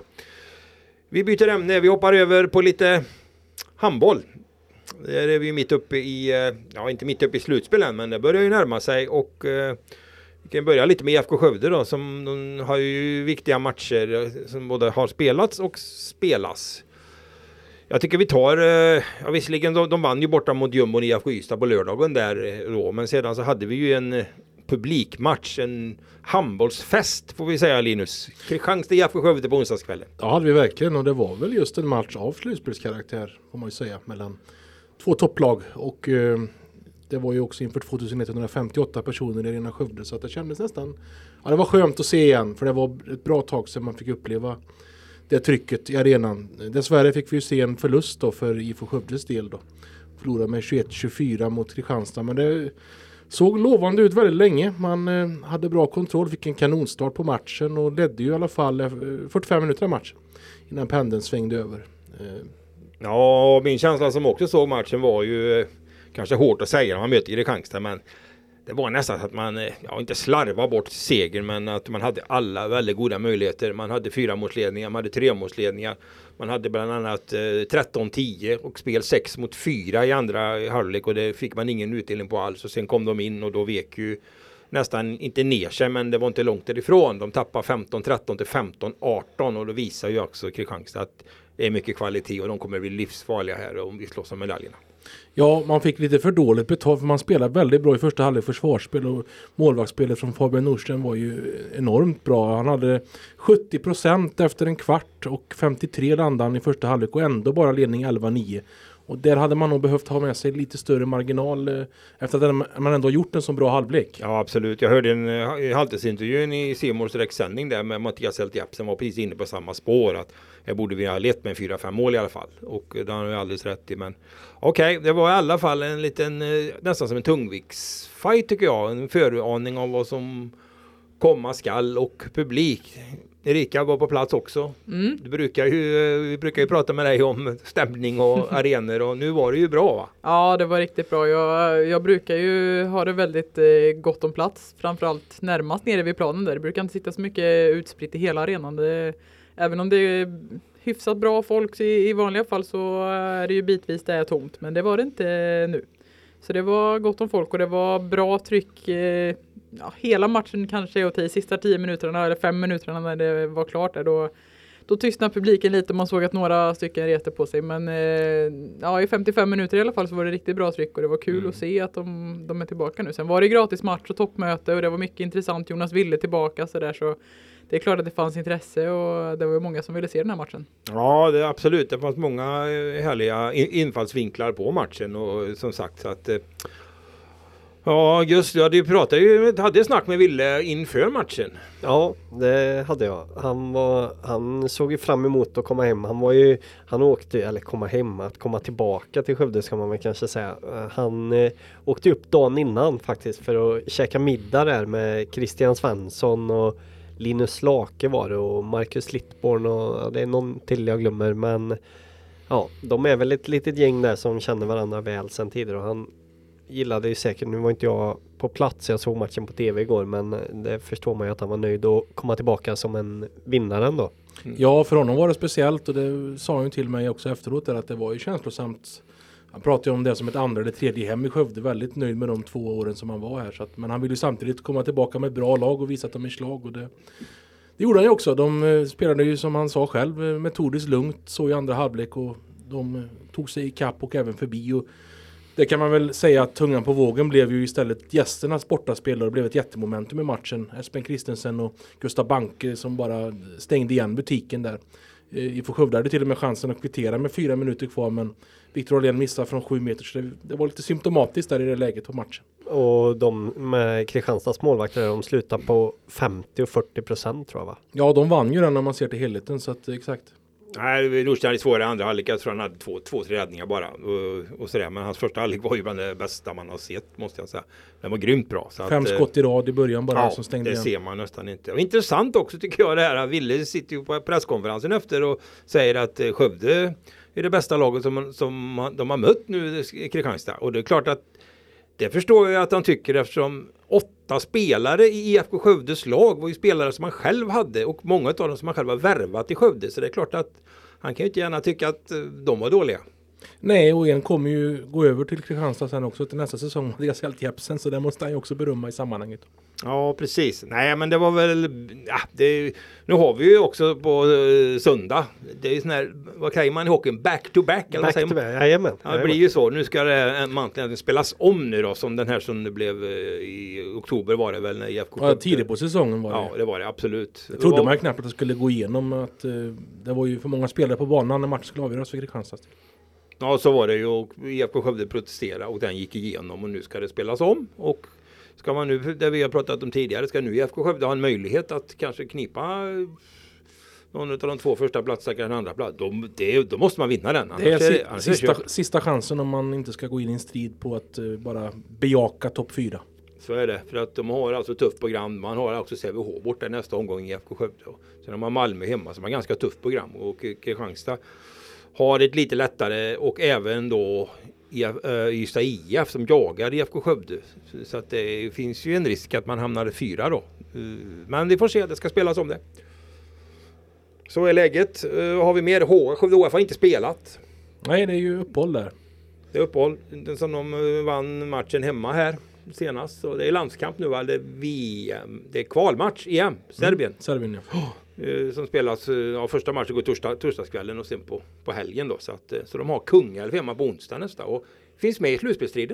Vi byter ämne. Vi hoppar över på lite handboll. Där är vi mitt uppe i, eh, ja inte mitt uppe i slutspel än, men det börjar ju närma sig och eh, vi kan börja lite med I F K Skövde då, som de har ju viktiga matcher eh, som både har spelats och spelas. Jag tycker vi tar, eh, ja visserligen de, de vann ju borta mot Jumbon I F K Ystad på lördagen där eh, då, men sedan så hade vi ju en eh, publikmatch, en handbollsfest får vi säga Linus. Kristianstad I F K Skövde på onsdagskvällen. Ja, hade vi verkligen, och det var väl just en match av slutspelskaraktär får man ju säga, mellan två topplag och eh, det var ju också inför tjugoetthundrafemtioåtta personer i Arena Skövde, så att det kändes nästan, ja det var skönt att se igen, för det var ett bra tag sedan man fick uppleva det trycket i arenan. Dessvärre fick vi ju se en förlust då för I F K Skövdes del då. Förlorade med tjugoett tjugofyra mot Kristianstad, men det såg lovande ut väldigt länge. Man eh, hade bra kontroll, fick en kanonstart på matchen och ledde ju i alla fall eh, fyrtiofem minuter av matchen innan pendeln svängde över. Eh, Ja, min känsla som också såg matchen var ju eh, kanske hårt att säga när man möter Kristianstad, men det var nästan att man, eh, ja inte slarva bort segern, men att man hade alla väldigt goda möjligheter. Man hade fyra målsledningar, man hade tre målsledningar. Man hade bland annat eh, tretton tio och spel sex mot fyra i andra halvlek och det fick man ingen utdelning på alls. Och sen kom de in och då vek ju nästan inte ner sig, men det var inte långt därifrån. De tappade femton tretton till femton arton och då visar ju också Kristianstad att det är mycket kvalitet och de kommer bli livsfarliga här om vi slåss om medaljerna. Ja, man fick lite för dåligt betalt för man spelade väldigt bra i första halvlek försvarsspel och målvaktsspelet från Fabian Nordström var ju enormt bra. Han hade sjuttio procent efter en kvart och femtiotre landade han i första halvlek och ändå bara ledning elva nio. Och där hade man nog behövt ha med sig lite större marginal eh, efter att man ändå har gjort en så bra halvlek. Ja, absolut. Jag hörde en uh, halvtidsintervjun i C Mors direktsändning där med Mattias Eltjep som var precis inne på samma spår att jag borde vi ha lett med fyra fem mål i alla fall. Och det har jag alldeles rätt i. Men okej, okay, det var i alla fall en liten, uh, nästan som en tungviktsfight tycker jag. En föraning av vad som komma skall och publik. Erika var på plats också. Mm. Du brukar ju, vi brukar ju prata med dig om stämning och arenor och nu var det ju bra va? Ja, det var riktigt bra. Jag, jag brukar ju ha det väldigt eh, gott om plats. Framförallt närmast nere vid planen där. Det brukar inte sitta så mycket utspritt i hela arenan. Det, även om det är hyfsat bra folk i, i vanliga fall så är det ju bitvis det är tomt. Men det var det inte nu. Så det var gott om folk och det var bra tryck. Eh, ja, hela matchen kanske och till sista tio minuterna eller fem minuterna när det var klart där då, då tystnade publiken lite och man såg att några stycken reste på sig. Men eh, ja, i femtiofem minuter i alla fall så var det riktigt bra tryck och det var kul mm. att se att de, de är tillbaka nu. Sen var det gratis match och toppmöte och det var mycket intressant. Jonas ville tillbaka så där så det är klart att det fanns intresse och det var många som ville se den här matchen. Ja, det är absolut. Det fanns många härliga infallsvinklar på matchen och som sagt så att ja, just ja, du pratade ju, hade snack med Ville inför matchen. Ja, det hade jag. Han var, han såg ju fram emot att komma hem. Han var ju, han åkte, eller komma hem, att komma tillbaka till Skövde ska man väl kanske säga. Han eh, åkte upp dagen innan faktiskt för att käka middag där med Christian Svensson och Linus Lake var det och Marcus Littborn och ja, det är någon till jag glömmer, men ja, de är väl ett litet gäng där som känner varandra väl sedan tidigare och han gillade ju säkert, nu var inte jag på plats, jag såg matchen på tv igår, men det förstår man ju att han var nöjd att komma tillbaka som en vinnare ändå. Mm. Ja, för honom var det speciellt och det sa han ju till mig också efteråt där, att det var ju känslosamt. Han pratade ju om det som ett andra eller tredje hem i Skövde, väldigt nöjd med de två åren som han var här. Så att, men han ville ju samtidigt komma tillbaka med bra lag och visa att de är slag. Och det, det gjorde han ju också. De spelade ju som han sa själv metodiskt lugnt så i andra halvlek och de tog sig i kapp och även förbi. Och det kan man väl säga att tungan på vågen blev ju istället gästernas bortaspelare. Det blev ett jättemomentum i matchen. Espen Christensen och Gustav Banke som bara stängde igen butiken där. I Skövde hade till och med chansen att kvittera med fyra minuter kvar, men Victor Åhlén missade från sju meter, så det, det var lite symptomatiskt där i det läget på matchen. Och de med Kristianstads målvakter, de slutar på femtio och fyrtio procent tror jag, va? Ja, de vann ju den när man ser till helheten, så att exakt. Nej, Nordstrand hade svåra andra halvlek. Jag tror han hade två, två tre räddningar bara. Och, och sådär. Men hans första halvlek var ju bland det bästa man har sett, måste jag säga. Den var grymt bra. Så Fem att, skott i rad i början bara, ja, som stängde det igen. ser man nästan inte. Och intressant också tycker jag det här. Ville sitter ju på presskonferensen efter och säger att Skövde är det bästa laget som, som de har mött nu i Kristianstad. Och det är klart att det förstår jag att han tycker, eftersom åtta spelare i I F K Skövdes lag var ju spelare som han själv hade, och många av dem som han själv har värvat i Skövde. Så det är klart att han kan ju inte gärna tycka att de var dåliga. Nej, och en kommer ju gå över till Kristianstad sen också till nästa säsong. Det är Hjält Jepsen, så det måste han ju också berömma i sammanhanget. Ja, precis. Nej, men det var väl... Ja, det, nu har vi ju också på uh, söndag. Det är ju sån här, vad säger man i hockeyn? Back to back, eller back vad säger to man? back, jajamän. Ja, det blir ju så. Nu ska det manteln spelas om nu då, som den här som det blev uh, i oktober var det väl när I F K... Ja, tidigt på säsongen var det. Ja, det var det, absolut. Jag trodde var... man knappt att det skulle gå igenom, att uh, det var ju för många spelare på banan när matchen skulle avgöras för Kristianstad. Ja, så var det ju, och I F K Skövde protesterade och den gick igenom, och nu ska det spelas om. Och ska man nu, det vi har pratat om tidigare, ska nu I F K Skövde ha en möjlighet att kanske knipa någon av de två första platserna, kanske den andra plats. Då, det, då måste man vinna den. Det är, är si, det, sista, sista chansen om man inte ska gå in i en strid på att uh, bara bejaka topp fyra. Så är det, för att de har alltså tufft program. Man har också C V H borta nästa omgång i I F K Skövde. Sen har man Malmö hemma som har ganska tufft program, och Kristianstad har ett lite lättare, och även då Ystad I F som jagar I F K Skövde. Så att det finns ju en risk att man hamnar fyra då. Men vi får se, det ska spelas om det. Så är läget. Har vi mer? H Skövde H F har inte spelat. Nej, det är ju uppehåll där. Det är uppehåll. Den som de vann matchen hemma här senast. Så det är landskamp nu, va? Det är V M. Det är kvalmatch E M, Serbien. Mm, Serbien, ja. Som spelas, ja, första matchen går torsdag, torsdagskvällen och sen på, på helgen då. Så, att, så de har Kungälv hemma på onsdag nästa och finns med i slutspelsstriden.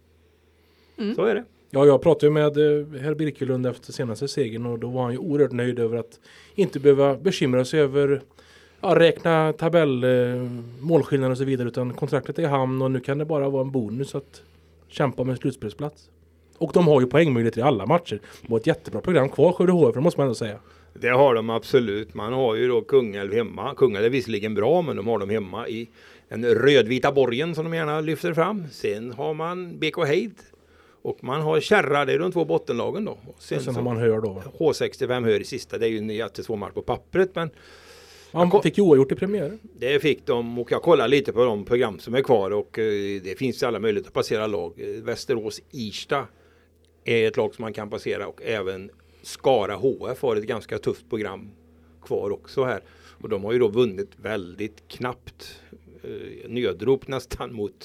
Mm. Så är det. Ja, jag pratade med herr Birkelund efter senaste segern, och då var han ju oerhört nöjd över att inte behöva bekymra sig över ja, räkna tabell, målskillnader och så vidare, utan kontraktet är i hamn och nu kan det bara vara en bonus att kämpa med slutspelsplats. Och de har ju poängmöjligheter i alla matcher. Det var ett jättebra program kvar, Skövde H F, för det måste man ändå säga. Det har de absolut. Man har ju då Kungälv hemma. Kungälv är visserligen bra, men de har dem hemma i den rödvita borgen som de gärna lyfter fram. Sen har man B K Heid. Och man har Kärra, det är de två bottenlagen då. Och sen, och sen så, har man Hör då. H sextiofem Hör i sista. Det är ju en jättesvår match på pappret, men man ja, fick ju oavgjort i premiären. Det fick de, och jag kollar lite på de program som är kvar, och uh, det finns alla möjligheter att passera lag. Uh, Västerås Irsta är ett lag som man kan passera, och även Skara H F har ett ganska tufft program kvar också här. Och de har ju då vunnit väldigt knappt. Uh, nödrop nästan mot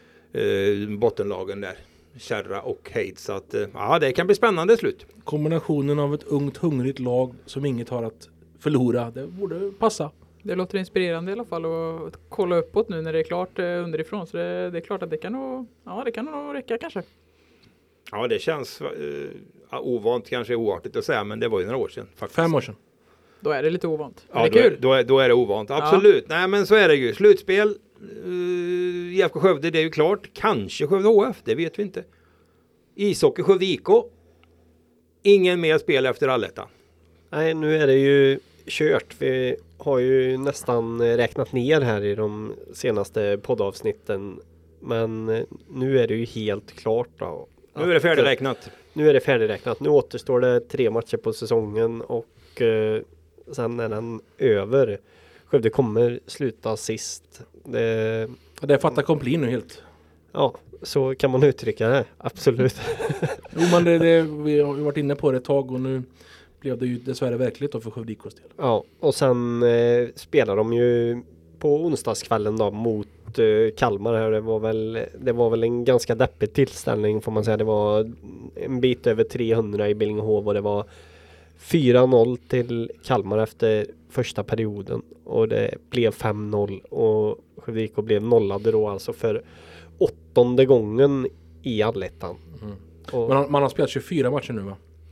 uh, bottenlagen där. Kärra och Heid. Så att uh, ja, det kan bli spännande slut. Kombinationen av ett ungt hungrigt lag som inget har att förlora, det borde passa. Det låter inspirerande i alla fall att kolla uppåt nu när det är klart underifrån. Så det, det är klart att det kan nog, ja, det kan nog räcka kanske. Ja, det känns uh, ovant, kanske oartigt att säga, men det var ju några år sedan. Faktiskt. Fem år sedan. Då är det lite ovant. Ja, det är då, kul. Är, då, är, då är det ovant, absolut. Ja. Nej, men så är det ju. Slutspel, uh, I F K Skövde, det är ju klart. Kanske Skövde H F, det vet vi inte. Ishockey Skövde I K. Ingen mer spel efter allettan. Nej, nu är det ju kört. Vi har ju nästan räknat ner här i de senaste poddavsnitten. Men nu är det ju helt klart då. Nu är det färdigräknat. Nu är det färdigräknat. Nu återstår det tre matcher på säsongen, och eh, sen är den över. Skövde kommer sluta sist. Det, det är fatta kompli nu helt. Ja, så kan man uttrycka det. Absolut. Jo, men det, det, vi har ju varit inne på det ett tag, och nu blev det ju dessvärre verkligt då för Skövde I K:s del. Ja, och sen eh, spelar de ju på onsdagskvällen då mot eh, Kalmar här. Det var väl det var väl en ganska deppig tillställning, får man säga. Det var en bit över trehundra i Billingehov, och det var fyra noll till Kalmar efter första perioden, och det blev fem noll, och Skövde I K blev nollade då alltså för åttonde gången i allettan. Mm. Och, Man har, man har spelat tjugofyra matcher nu va?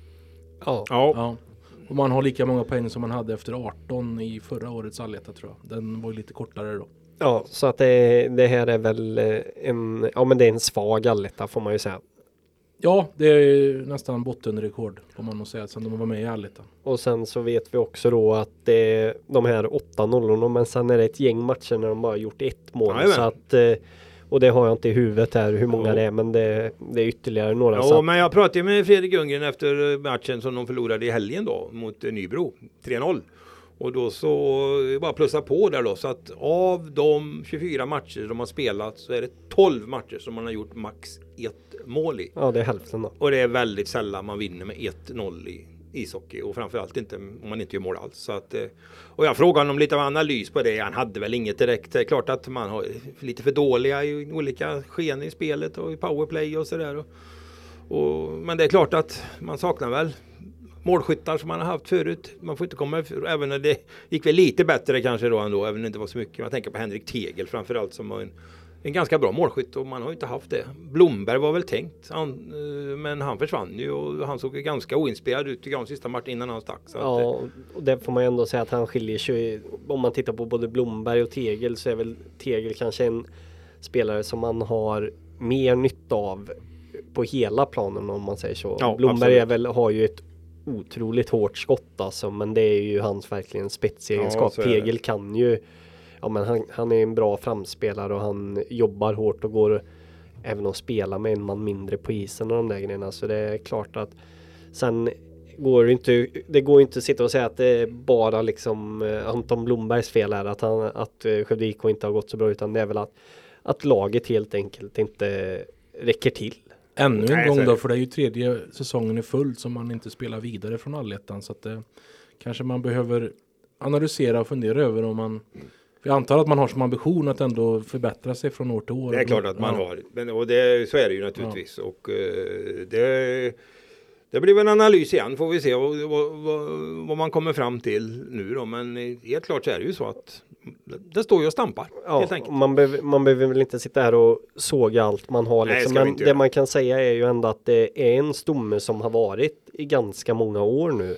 ja. Ja. Ja. Och man har lika många poäng som man hade efter arton i förra årets alletta tror jag. Den var ju lite kortare då. Ja, så att det, det här är väl en, ja men det är en svag alletta får man ju säga. Ja, det är nästan bottenrekord får man nog säga sen de var med i allettan. Och sen så vet vi också då att det är de här åtta nollorna, men sen är det ett gäng matcher när de bara gjort ett mål. Jajamän. Så att, och det har jag inte i huvudet här hur många Ja. det är, men det, det är ytterligare några. så Ja, att, men jag pratade med Fredrik Ljunggren efter matchen som de förlorade i helgen då mot eh, Nybro, tre noll. Och då så bara plussa på där då, så att av de tjugofyra matcher de har spelat så är det tolv matcher som man har gjort max ett mål i. ja, det är hälften då. Och det är väldigt sällan man vinner med ett noll i ishockey och framförallt inte om man inte gör mål alls. Så att, eh, och jag frågade honom lite analys på det. Han hade väl inget direkt. Det är klart att man har lite för dåliga i olika sken i spelet och i powerplay och sådär. Och, och, men det är klart att man saknar väl målskyttar som man har haft förut. Man får inte komma, även när det gick väl lite bättre kanske då ändå, även om det inte var så mycket. Jag tänker på Henrik Tegel framförallt som var en En ganska bra målskytt och man har ju inte haft det. Blomberg var väl tänkt, han, men han försvann ju och han såg ganska oinspirerad ut i de sista matchen innan han stack. Så Ja, att, och det får man ju ändå säga att han skiljer sig. Om man tittar på både Blomberg och Tegel så är väl Tegel kanske en spelare som man har mer nytta av på hela planen om man säger så. Ja, Blomberg är absolut. väl, har ju ett otroligt hårt skott alltså, men det är ju hans verkligen spetsegenskap. Ja, så är det. Tegel kan ju, ja men han, han är en bra framspelare och han jobbar hårt och går även att spela med en man mindre på isen och de där grejerna. Så det är klart att sen går det inte, det går inte att sitta och säga att det är bara liksom eh, Anton Blombergs fel är att han, att eh, Skövde I K inte har gått så bra, utan det är väl att, att laget helt enkelt inte räcker till. Ännu en Nej, gång så är då, det. för det är ju tredje säsongen i fullt som man inte spelar vidare från allettan. Så att det kanske man behöver analysera och fundera över om man... För jag antar att man har som ambition att ändå förbättra sig från år till år. det är klart att man Ja. har. Men, och det, så är det ju naturligtvis. Och eh, det, det blir väl en analys igen, får vi se vad, vad, vad, vad man kommer fram till nu då. Men eh, helt klart så är det ju så att det står ju och stampar. Ja, helt enkelt. man, behöver, man behöver väl inte sitta här och såga allt man har. Nej, Liksom. ska vi Men inte det göra. man kan säga är ju ändå att det är en stomme som har varit i ganska många år nu.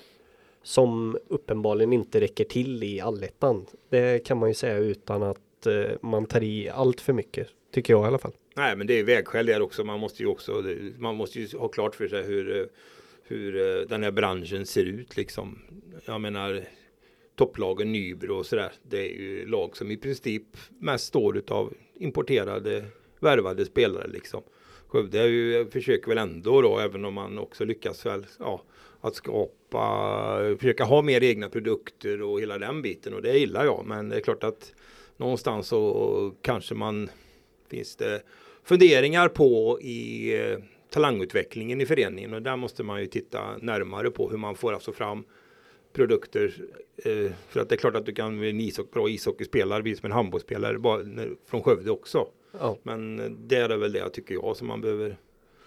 Som uppenbarligen inte räcker till i allettan. Det kan man ju säga utan att eh, man tar i allt för mycket. Tycker jag i alla fall. Nej, men det är vägskäl där också. Man måste ju också man måste ju ha klart för sig hur, hur den här branschen ser ut liksom. Jag menar topplagen Nybro och sådär. Det är ju lag som i princip mest står utav importerade, värvade spelare liksom. Skövde är ju, försöker väl ändå då, även om man också lyckas väl, ja, att skapa, försöka ha mer egna produkter och hela den biten, och det gillar jag. Men det är klart att någonstans så kanske man, finns det funderingar på i eh, talangutvecklingen i föreningen, och där måste man ju titta närmare på hur man får alltså fram produkter, eh, för att det är klart att du kan bli en ishockey, bra ishockeyspelare, bli som en handbollsspelare bara, när, från Skövde också. Ja. Men det är väl det jag tycker jag som man behöver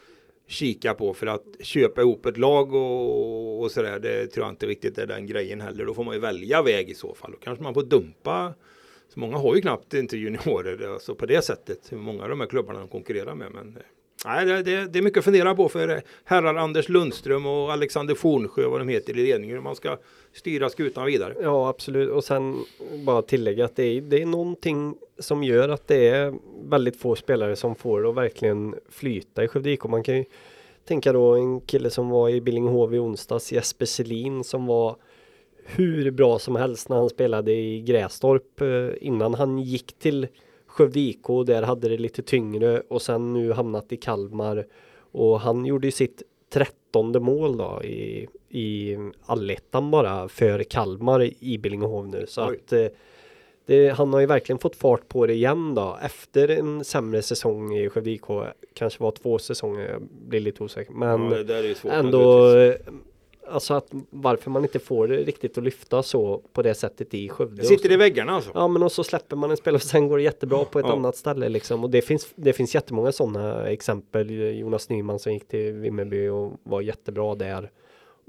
kika på, för att köpa ihop ett lag och, och sådär, det tror jag inte riktigt är den grejen heller. Då får man ju välja väg i så fall. Då kanske man får dumpa, så många har ju knappt inte juniorer alltså på det sättet, hur många av de här klubbarna de konkurrerar med. Men nej, det, det, det är mycket att fundera på för herrar Anders Lundström och Alexander Fornsjö, vad de heter i ledningen, hur man ska styra skutan vidare. Ja, absolut. Och sen bara tillägga att det är, det är någonting som gör att det är väldigt få spelare som får det att verkligen flyta i Skövde I K. Man kan ju tänka då en kille som var i Billinghov i onsdags, Jesper Selin, som var hur bra som helst när han spelade i Grästorp innan han gick till Skövde I K. Där hade det lite tyngre och sen nu hamnat i Kalmar, och han gjorde ju sitt trettonde mål då i, i allettan bara för Kalmar i Billinghov nu. Så Oj. att eh, det, han har ju verkligen fått fart på det igen då. Efter en sämre säsong i Skövde I K, kanske var två säsonger, jag blir lite osäker. Men Ja, det där är ju svårt ändå, naturligtvis. eh, alltså att varför man inte får det riktigt att lyfta så på det sättet i Skövde. Det sitter Och så- i väggarna alltså. Ja, men och så släpper man en spelare och sen går det jättebra på ett Ja. annat ställe liksom. Och det finns, det finns jättemånga sådana exempel. Jonas Nyman som gick till Vimmerby och var jättebra där.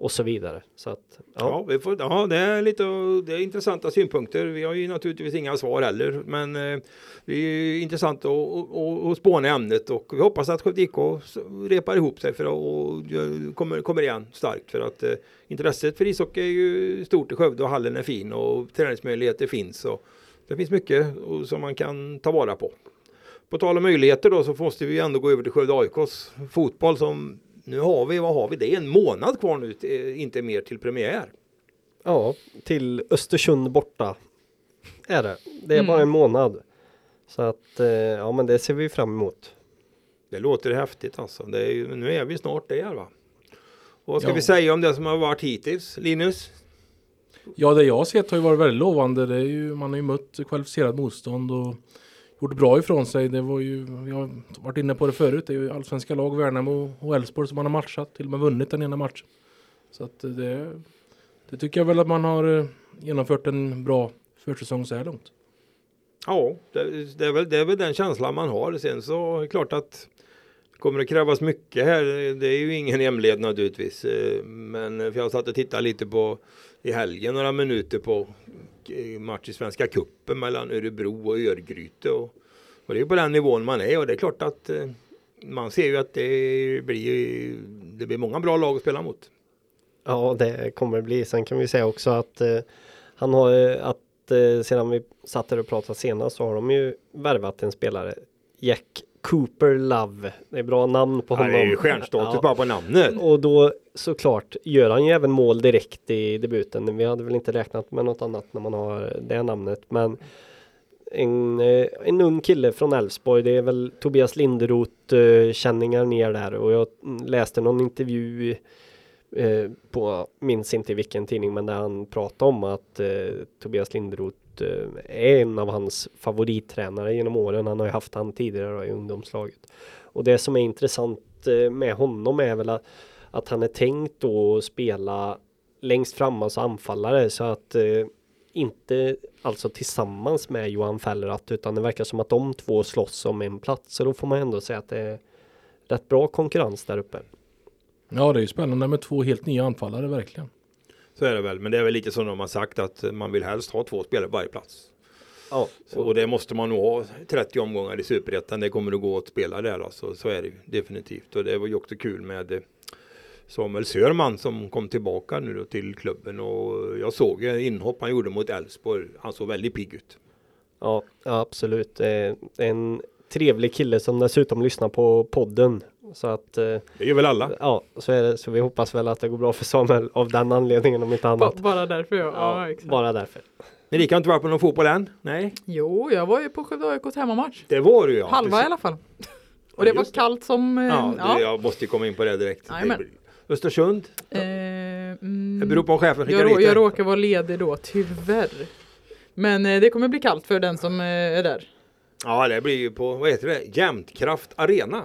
och så vidare. Så att, Ja, ja. vi får, ja det, är lite, det är intressanta synpunkter. Vi har ju naturligtvis inga svar heller. Men eh, det är intressant att, att, att spåna i ämnet. Och vi hoppas att Skövde I K repar ihop sig för att, och kommer, kommer igen starkt. För att eh, intresset för ishockey är ju stort i Skövde och hallen är fin. Och träningsmöjligheter finns. Och det finns mycket som man kan ta vara på. På tal om möjligheter då så måste vi ändå gå över till Skövde A I K:s fotboll som nu har vi, vad har vi? Det är en månad kvar nu, inte mer till premiär. Ja, till Östersund borta är det. Det är Mm. bara en månad. Så att, eh, ja men det ser vi fram emot. Det låter häftigt alltså. Det är, ju- nu är vi snart där va? Och vad ska Ja. vi säga om det som har varit hittills? Linus? Ja, det jag har sett har ju varit väldigt lovande. Det är ju, man har ju mött kvalificerat motstånd och gjort bra ifrån sig. Det var ju, vi har varit inne på det förut, det är ju allsvenska lag, Värnamo och Elfsborg som man har matchat, till och med vunnit den ena matchen. Så att det, det tycker jag väl att man har eh, genomfört en bra försäsong så här långt. Ja, det, det, är väl, det är väl den känslan man har. Sen så är det klart att det kommer att krävas mycket här. Det är ju ingen hemled naturligtvis. Eh, Men för jag satt och tittade lite på i helgen några minuter på eh, match i Svenska cupen mellan Örebro och Örgryte. Och, och det är på den nivån man är. Och det är klart att eh, man ser ju att det blir, det blir många bra lag att spela mot. Ja, det kommer det bli. Sen kan vi säga också att eh, han har eh, att eh, sedan vi satt där och pratade senast så har de ju värvat en spelare. Jack Cooper Love. Det är bra namn på Ja, honom. det är ju stjärnstatus Ja. bara på namnet. Och då såklart gör han ju även mål direkt i debuten. Vi hade väl inte räknat med något annat när man har det namnet. Men en, eh, en ung kille från Elfsborg. Det är väl Tobias Linderoth eh, känningar ner där. Och jag läste någon intervju eh, på, minns inte vilken tidning, men där han pratade om att eh, Tobias Linderoth eh, är en av hans favorittränare genom åren. Han har ju haft han tidigare då, i ungdomslaget. Och det som är intressant eh, med honom är väl att, att han är tänkt då att spela längst fram, alltså anfallare, så att eh, inte alltså tillsammans med Johan Fellerath, utan det verkar som att de två slåss om en plats. Så då får man ändå säga att det är rätt bra konkurrens där uppe. Ja, det är ju spännande med två helt nya anfallare verkligen. Så är det väl. Men det är väl lite som de har sagt att man vill helst ha två spelare på varje plats. Ja, Så, och det måste man nog ha trettio omgångar i Superettan. Det kommer att gå att spela där. Alltså. Så är det ju definitivt. Och det var ju också kul med eh, Samuel Sörman som kom tillbaka nu då till klubben. Och jag såg ju inhopp han gjorde mot Elfsborg. Han såg väldigt pigg ut. ja, ja absolut. Det är en trevlig kille som dessutom lyssnar på podden. Så att, eh, Det gör väl alla. ja, så är det. Så vi hoppas väl att det går bra för Samuel av den anledningen, om inte Ba- annat. bara därför ja. ja, Ja, exakt. bara därför. Men det kan inte vara på någon fotboll än. Nej, Jo, jag var ju på Skövde A I K:s hemmamatch. det var du ja. Halva i Precis. alla fall. Och det var just det. kallt som... eh, Ja, ja. det, jag måste komma in på det direkt. Jajamän. Det blir- Östersund. Eh, mm, Det beror på om chefen skickar jag, rå- dit jag det. råkar vara ledig då, tyvärr. Men eh, det kommer bli kallt för den som eh, är där. Ja, det blir ju på, vad heter det? Jämtkraft Arena.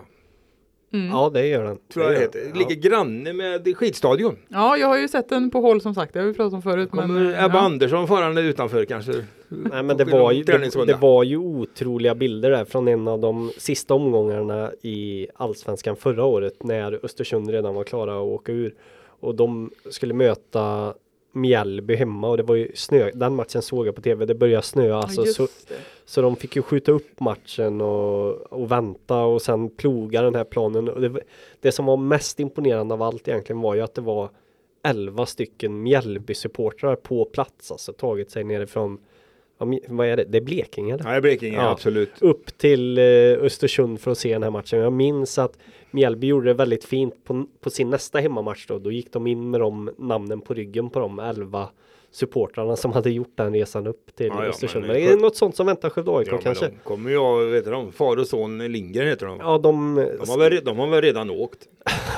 Mm. Ja, det gör den. Tror jag det gör heter. den. Det ligger granne med skidstadion. Ja, jag har ju sett den på håll som sagt. Det har vi pratat om förut. Kommer Men, eh, Ebba ja. Andersson farande utanför kanske? Nej, men det Och var, ju, det, träningsrunda. det var ju otroliga bilder där från en av de sista omgångarna i Allsvenskan förra året, när Östersund redan var klara att åka ur. Och de skulle möta Mjällby hemma, och det var ju snö. Den matchen såg jag på tv. Det började snöa. Alltså, Ja, just så, det. så de fick ju skjuta upp matchen och, och vänta och sen ploga den här planen. Och det, det som var mest imponerande av allt egentligen var ju att det var elva stycken Mjällby-supportrar på plats. Alltså tagit sig nerifrån, vad är det? Det är Blekinge eller? Nej, Blekinge, Ja. absolut. Upp till eh, Östersund för att se den här matchen. Jag minns att Mjällby gjorde det väldigt fint på, på sin nästa hemmamatch då. Då gick de in med de namnen på ryggen på de elva supportrarna som hade gjort den resan upp till Ja, ja, Östersund. men- Men det är något sånt som väntar Skövde A I K Ja, men kanske. de kommer ju, vet du, de, far och son Lindgren heter de. Ja, de... De har, väl, de har väl redan åkt.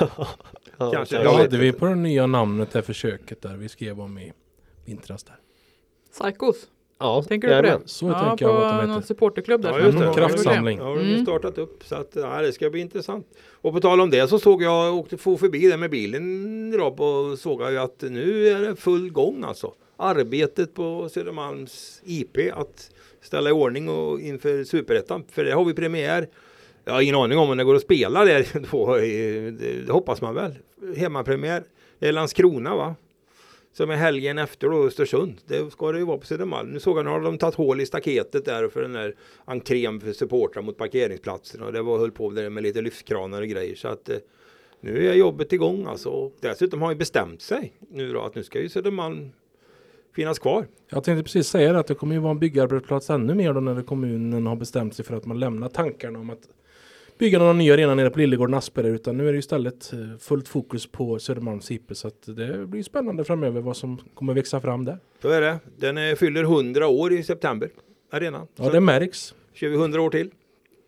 ja, kanske. Ja, Jag vet hade vi på det nya namnet det försöket där vi skrev om i vintras där. Psychos. Ja, Tänker du på det? jajamän. Så Ja, tänker jag på vad de någon heter. supporterklubb där. Ja, som just det. jag- Kraftsamling. Ja, de har ju Mm. startat upp. Så att, ja, det ska bli intressant. Och på tal om det så såg jag, åkte få förbi där med bilen idag och såg jag ju att nu är det full gång alltså. Arbetet på Södermalms I P att ställa i ordning och inför Superettan. För det har vi premiär. Jag har ingen aning om om det går att spela där då. Det, det hoppas man väl. Hemmapremiär Det är Landskrona va? Som är helgen efter då Östersund. Det ska det ju vara på Södermalm. Nu såg jag, nu har de tagit hål i staketet där för den där entrén för supportrar mot parkeringsplatsen. Och det var höll på där med lite lyftkranar och grejer. Så att eh, nu är jobbet igång alltså. Och dessutom har ju bestämt sig nu då att nu ska ju Södermalm finnas kvar. Jag tänkte precis säga det, att det kommer ju vara en byggarbetsplats ännu mer då när kommunen har bestämt sig för att man lämnar tankarna om att bygga någon ny arena nere på Lillegården Asperger, utan nu är det istället fullt fokus på Södermalms I P, så att det blir spännande framöver vad som kommer växa fram där. Så är det. Den är, fyller hundra år i september, arenan. Ja, så det märks. kör vi hundra år till.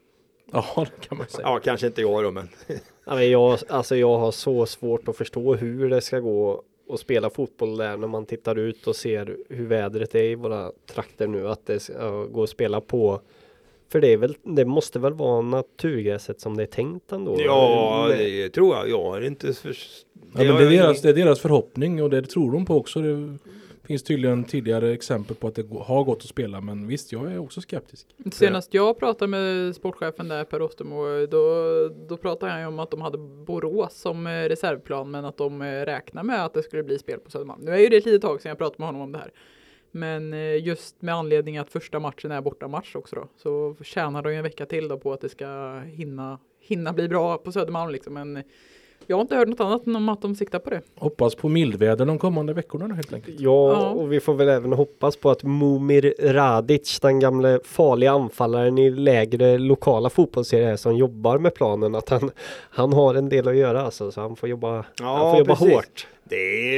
Ja, det kan man säga. Ja, kanske inte jag då, men... Ja, men jag, alltså jag har så svårt att förstå hur det ska gå att spela fotboll där när man tittar ut och ser hur vädret är i våra trakter nu. Att det ska gå att spela på. För det, är väl, det måste väl vara naturgräset som det är tänkt ändå? Ja, det tror jag. Jag har inte... För... Ja, men det, är deras, det är deras förhoppning och det tror de på också. Det finns tydligen tidigare exempel på att det har gått att spela, men visst, jag är också skeptisk. Senast jag pratade med sportchefen där, Per Ostermo, då, då pratade han ju om att de hade Borås som reservplan, men att de räknar med att det skulle bli spel på Södermalm. Nu är ju det ett litet tag sedan jag pratade med honom om det här. Men just med anledning att första matchen är bortamatch också då, så tjänar de en vecka till då på att det ska hinna, hinna bli bra på Södermalm liksom. Men jag har inte hört något annat än om att de siktar på det. Hoppas på mildväder de kommande veckorna då, helt enkelt. Ja, Ja, och vi får väl även hoppas på att Momir Radic, den gamla farliga anfallaren i lägre lokala fotbollsserier som jobbar med planen, att han, han har en del att göra alltså, så han får jobba, Ja, han får jobba precis. hårt. Det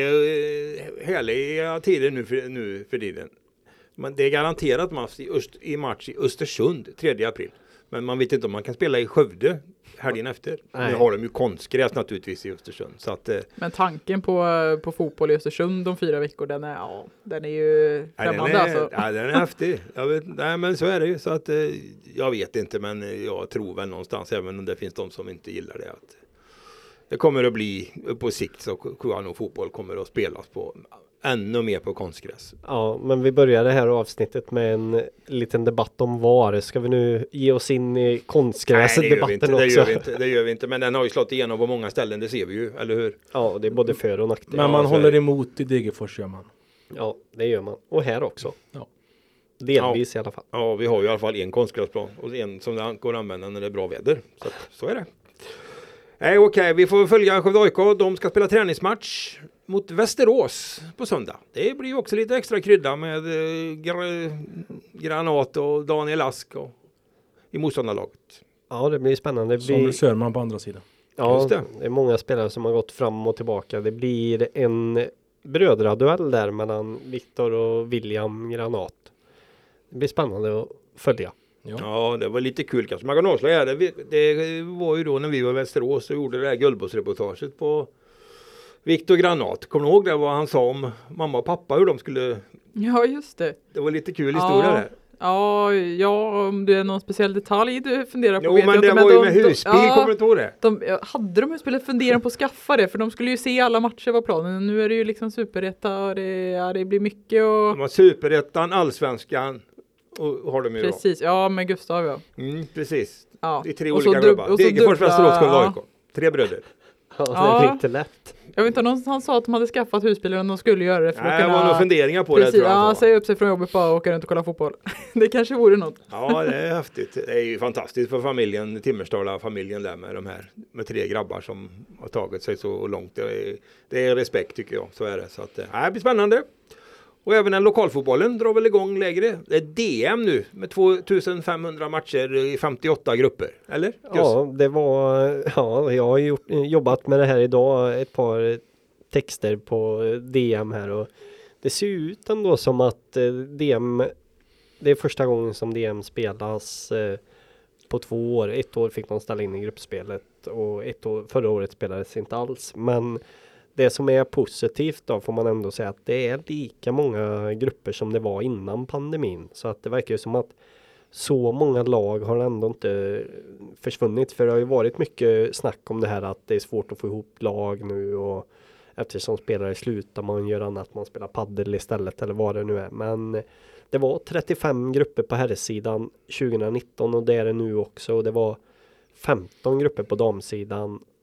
är härliga tider nu för, nu för tiden. Men det är garanterat match i, Öst, i match i Östersund tredje april. Men man vet inte om man kan spela i Skövde helgen efter. Nej. Nu har de ju konstgräs naturligtvis i Östersund. Så att, Men tanken på, på fotboll i Östersund om fyra veckor, den är, ja, den är ju ja, den främmande är, alltså. ja, den är häftig. Jag vet, nej, men så är det ju. Så att, eh, jag vet inte, men jag tror väl någonstans, även om det finns de som inte gillar det, att det kommer att bli på sikt, så tror jag nog fotboll kommer att spelas på ännu mer på konstgräs. Ja, men vi börjar det här avsnittet med en liten debatt om var. Ska vi nu ge oss in i konstgräset debatten inte, också? Det gör vi inte, det gör vi inte. Men den har ju slått igenom på många ställen, det ser vi ju, eller hur? Ja, det är både för och nackdel. Men man så håller är det. emot i Degerfors, gör man. Ja, det gör man. Och här också. Ja. Delvis i alla fall. Ja, vi har ju i alla fall en konstgräsplan och en som går att använda när det är bra väder. Så, att, så är det. Nej, okej, okay, vi får följa Skövde A I K. De ska spela träningsmatch mot Västerås på söndag. Det blir ju också lite extra krydda med eh, gra- Granat och Daniel Ask och, i motståndarlaget. Ja, det blir spännande. Det Som blir... Sörman på andra sidan. Ja, Just det. det är många spelare som har gått fram och tillbaka. Det blir en brödraduell där mellan Viktor och William Granat. Det blir spännande att följa. Ja. Ja, det var lite kul kanske. Man kan avslöja det. Det var ju då när vi var i Västerås och gjorde det här guldbollsreportaget på Viktor Granat. Kommer du ihåg det, vad han sa om mamma och pappa, hur de skulle... Ja, just det. Det var lite kul historia Ja. där. Ja, ja, om det är någon speciell detalj du funderar på Jo, vet men jag det inte. var ju de- med de- husbil, ja, kommer du inte ihåg det? de, ja, hade de ju spelat fundera på att skaffa det, för de skulle ju se alla matcher var planen. Nu är det ju liksom superetta och det, ja, det blir mycket och... De har Superettan, Allsvenskan och har de ju Precis, ja med Gustav ja. då. Mm, precis. ja. Det är tre Och så olika dub- klubbar. och så Degerfors, dubbla- Västerås, Skövde A I ja. K. Tre bröder. Ja, det Ja. blir inte lätt. Jag vet inte, någon, han sa att de hade skaffat husbilen och de skulle göra det för Nej, att det kunna... var nog funderingar på Precis, det, tror jag ja, han sa. säga upp sig från jobbet bara och åka runt och kolla fotboll. Det kanske vore något. Ja, det är häftigt. Det är ju fantastiskt för familjen, Timmerstala-familjen där med de här, med tre grabbar som har tagit sig så långt. Det är, det är respekt tycker jag, så är det. Så att, äh, det blir spännande. Och även den lokalfotbollen drar väl igång lägre. Det är D M nu med tvåtusen-femhundra matcher i femtioåtta grupper, eller? Just. Ja, det var... Ja, jag har gjort, jobbat med det här idag. Ett par texter på D M här. Och det ser ut ändå som att eh, D M... Det är första gången som D M spelas eh, på två år. Ett år fick de ställa in i gruppspelet. Och ett år, förra året spelades inte alls. Men... Det som är positivt då får man ändå säga att det är lika många grupper som det var innan pandemin. Så att det verkar ju som att så många lag har ändå inte försvunnit. För det har ju varit mycket snack om det här att det är svårt att få ihop lag nu. Och eftersom spelare slutar man gör annat, man spelar paddel istället eller vad det nu är. Men det var trettiofem grupper på herrsidan tjugonitton och det är det nu också. Och det var femton grupper på damsidan.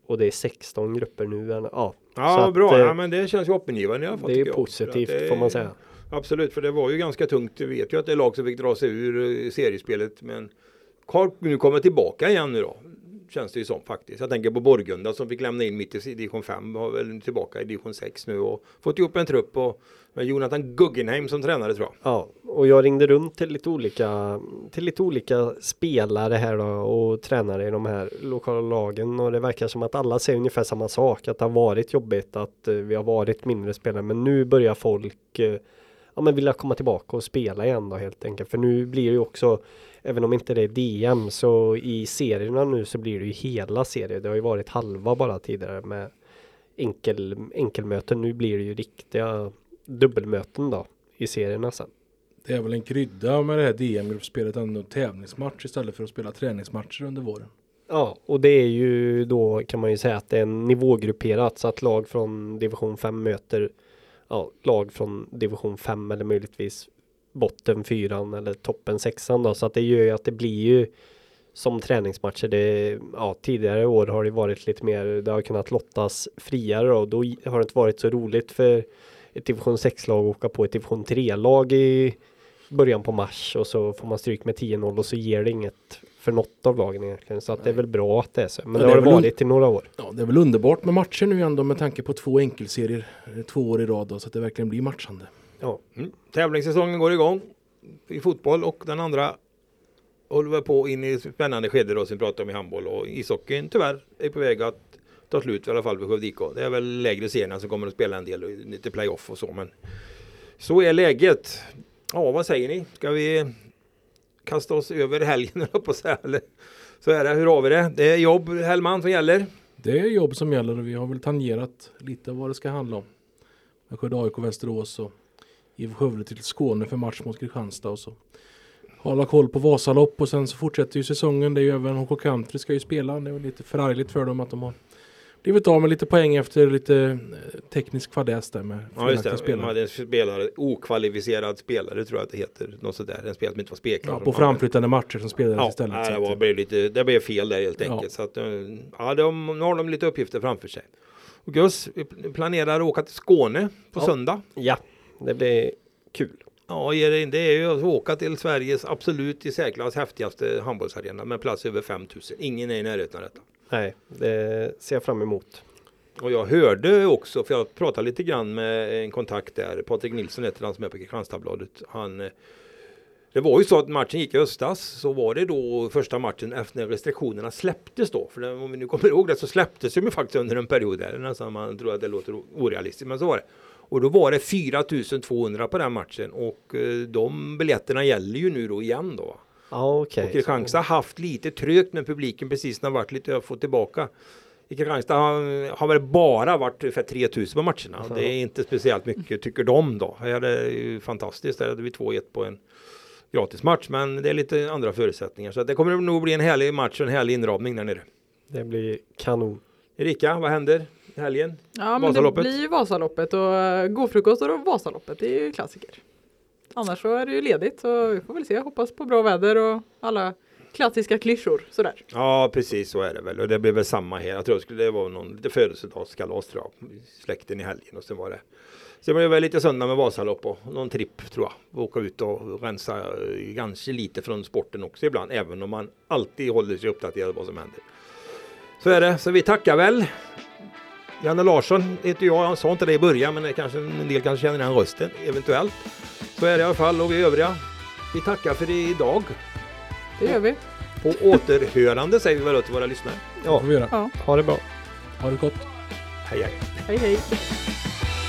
och det är sexton grupper nu. Ja, ja så att, bra. eh, Ja, men det känns ju hoppingivande i alla fall. det är tycker jag. positivt För att det- får man säga. Absolut, för det var ju ganska tungt. Du vet ju att det är lag som fick dra sig ur eh, seriespelet. Men Karl nu kommer tillbaka igen nu då. Känns det ju som faktiskt. Jag tänker på Borgunda som fick lämna in mitt i division fem. Har väl tillbaka i division sex nu och fått ihop en trupp. Och med Jonathan Guggenheim som tränare tror jag. Ja, och jag ringde runt till lite olika till lite olika spelare här då och tränare i de här lokala lagen och det verkar som att alla säger ungefär samma sak, att det har varit jobbigt att uh, vi har varit mindre spelare, men nu börjar folk uh, ja men vilja komma tillbaka och spela igen då helt enkelt, för nu blir det ju också, även om inte det är D M, så i serierna nu så blir det ju hela serier. Det har ju varit halva bara tidigare med enkel, enkelmöten, nu blir det ju riktiga dubbelmöten då i serierna sen. Det är väl en krydda med det här D M-gruppspelet, ändå tävlingsmatch istället för att spela träningsmatcher under våren. Ja, och det är ju då kan man ju säga att det är en nivågrupperat, så att lag från division fem möter ja, lag från division fem eller möjligtvis botten fyran eller toppen sexan då, så att det gör ju att det blir ju som träningsmatcher. Det, ja, tidigare år har det varit lite mer, det har kunnat lottas friare och då har det inte varit så roligt för ett division sex-lag åka på ett division tre-lag i början på mars och så får man stryk med tio noll och så ger det inget för något av lagen egentligen. Så att det är väl bra att det är så. Men Ja, det, det har är det väl varit i några år. Ja, det är väl underbart med matcher nu ändå med tanke på två enkelserier eh, två år i rad då, så att det verkligen blir matchande. Ja, Mm. Tävlingssäsongen går igång i fotboll och den andra håller vi på in i spännande skede då, som pratar om i handboll, och ishockeyn tyvärr är på väg att ta slut i alla fall för Skövde I K. Det är väl lägre serierna som kommer att spela en del, lite playoff och så, men så är läget. Ja, vad säger ni? Ska vi kasta oss över helgen på så här, eller? Så är det, hur har vi det? Det är jobb, Hellman, som gäller. Det är jobb som gäller och vi har väl tangerat lite vad det ska handla om. Med Skövde A I K Västerås och I F Skövde till Skåne för match mot Kristianstad och så. Hålla koll på Vasalopp och sen så fortsätter ju säsongen. Det är ju även H K Country ska ju spela. Det är lite förargligt för dem att de har blivit av med lite poäng efter lite teknisk fadäs där med Ja, just det. spelare. De hade en spelare, okvalificerad spelare tror jag att det heter. Något sådär. En spelare som inte var spelklar. Ja, på framflyttande matcher som spelades Ja, istället. nej, så det, att- var, blev lite, det blev fel där helt Ja. enkelt. Så att, eh, ja, de, nu har de lite uppgifter framför sig. Och Gus, vi planerar att åka till Skåne på Ja. söndag. ja, det blir kul. Ja, det är ju att åka till Sveriges absolut i särklass häftigaste handbollsarena med plats över fem tusen. Ingen är i närheten av detta. Nej, det ser jag fram emot. Och jag hörde också, för jag pratade lite grann med en kontakt där, Patrik Nilsson heter han som är på Kristianstadsbladet. Han, eh, det var ju så att matchen gick i höstas, så var det då första matchen efter när restriktionerna släpptes då. För det, om vi nu kommer ihåg det så släpptes de ju faktiskt under en period där. Nästan man tror att det låter orealistiskt, men så var det. Och då var det fyra tusen tvåhundra på den matchen och eh, de biljetterna gäller ju nu då igen då. Ja, okej. Och Kristianstad har haft lite trögt med publiken precis när det varit lite att få tillbaka. I Kristianstad har, har väl bara varit ungefär tre tusen på matcherna. Aha. Det är inte speciellt mycket tycker de då. Här är det ju fantastiskt. Där hade vi två ett på en gratis match. Men det är lite andra förutsättningar. Så att det kommer nog bli en härlig match och en härlig inramning där nere. Det blir kanon. Erika, vad händer i helgen? Ja, men det Vasaloppet. blir ju Vasaloppet och uh, god frukost och Vasaloppet, det är ju klassiker. Annars så är det ju ledigt så vi får väl se. Jag hoppas på bra väder och alla klassiska klyschor sådär. Ja, precis så är det väl. Och det blir väl samma här. Jag tror det skulle vara någon lite födelsedagskalas tror jag. Släkten i helgen och sen var det. Sen blir det väl lite söndag med Vasalopp och någon tripp tror jag. Åka ut och rensa eh, ganska lite från sporten också ibland. Även om man alltid håller sig uppdaterad vad som händer. Så är det. Så vi tackar väl. Janne Larsson heter jag. Jag sa inte det i början men det kanske, en del kanske känner den rösten. Eventuellt. Så är det i alla fall. Och vi övriga. Vi tackar för idag. Det gör vi. På återhörande säger vi väl till våra lyssnare. Det får vi göra. Ja. Ha det bra. Ha det gott. Hej hej. Hej hej.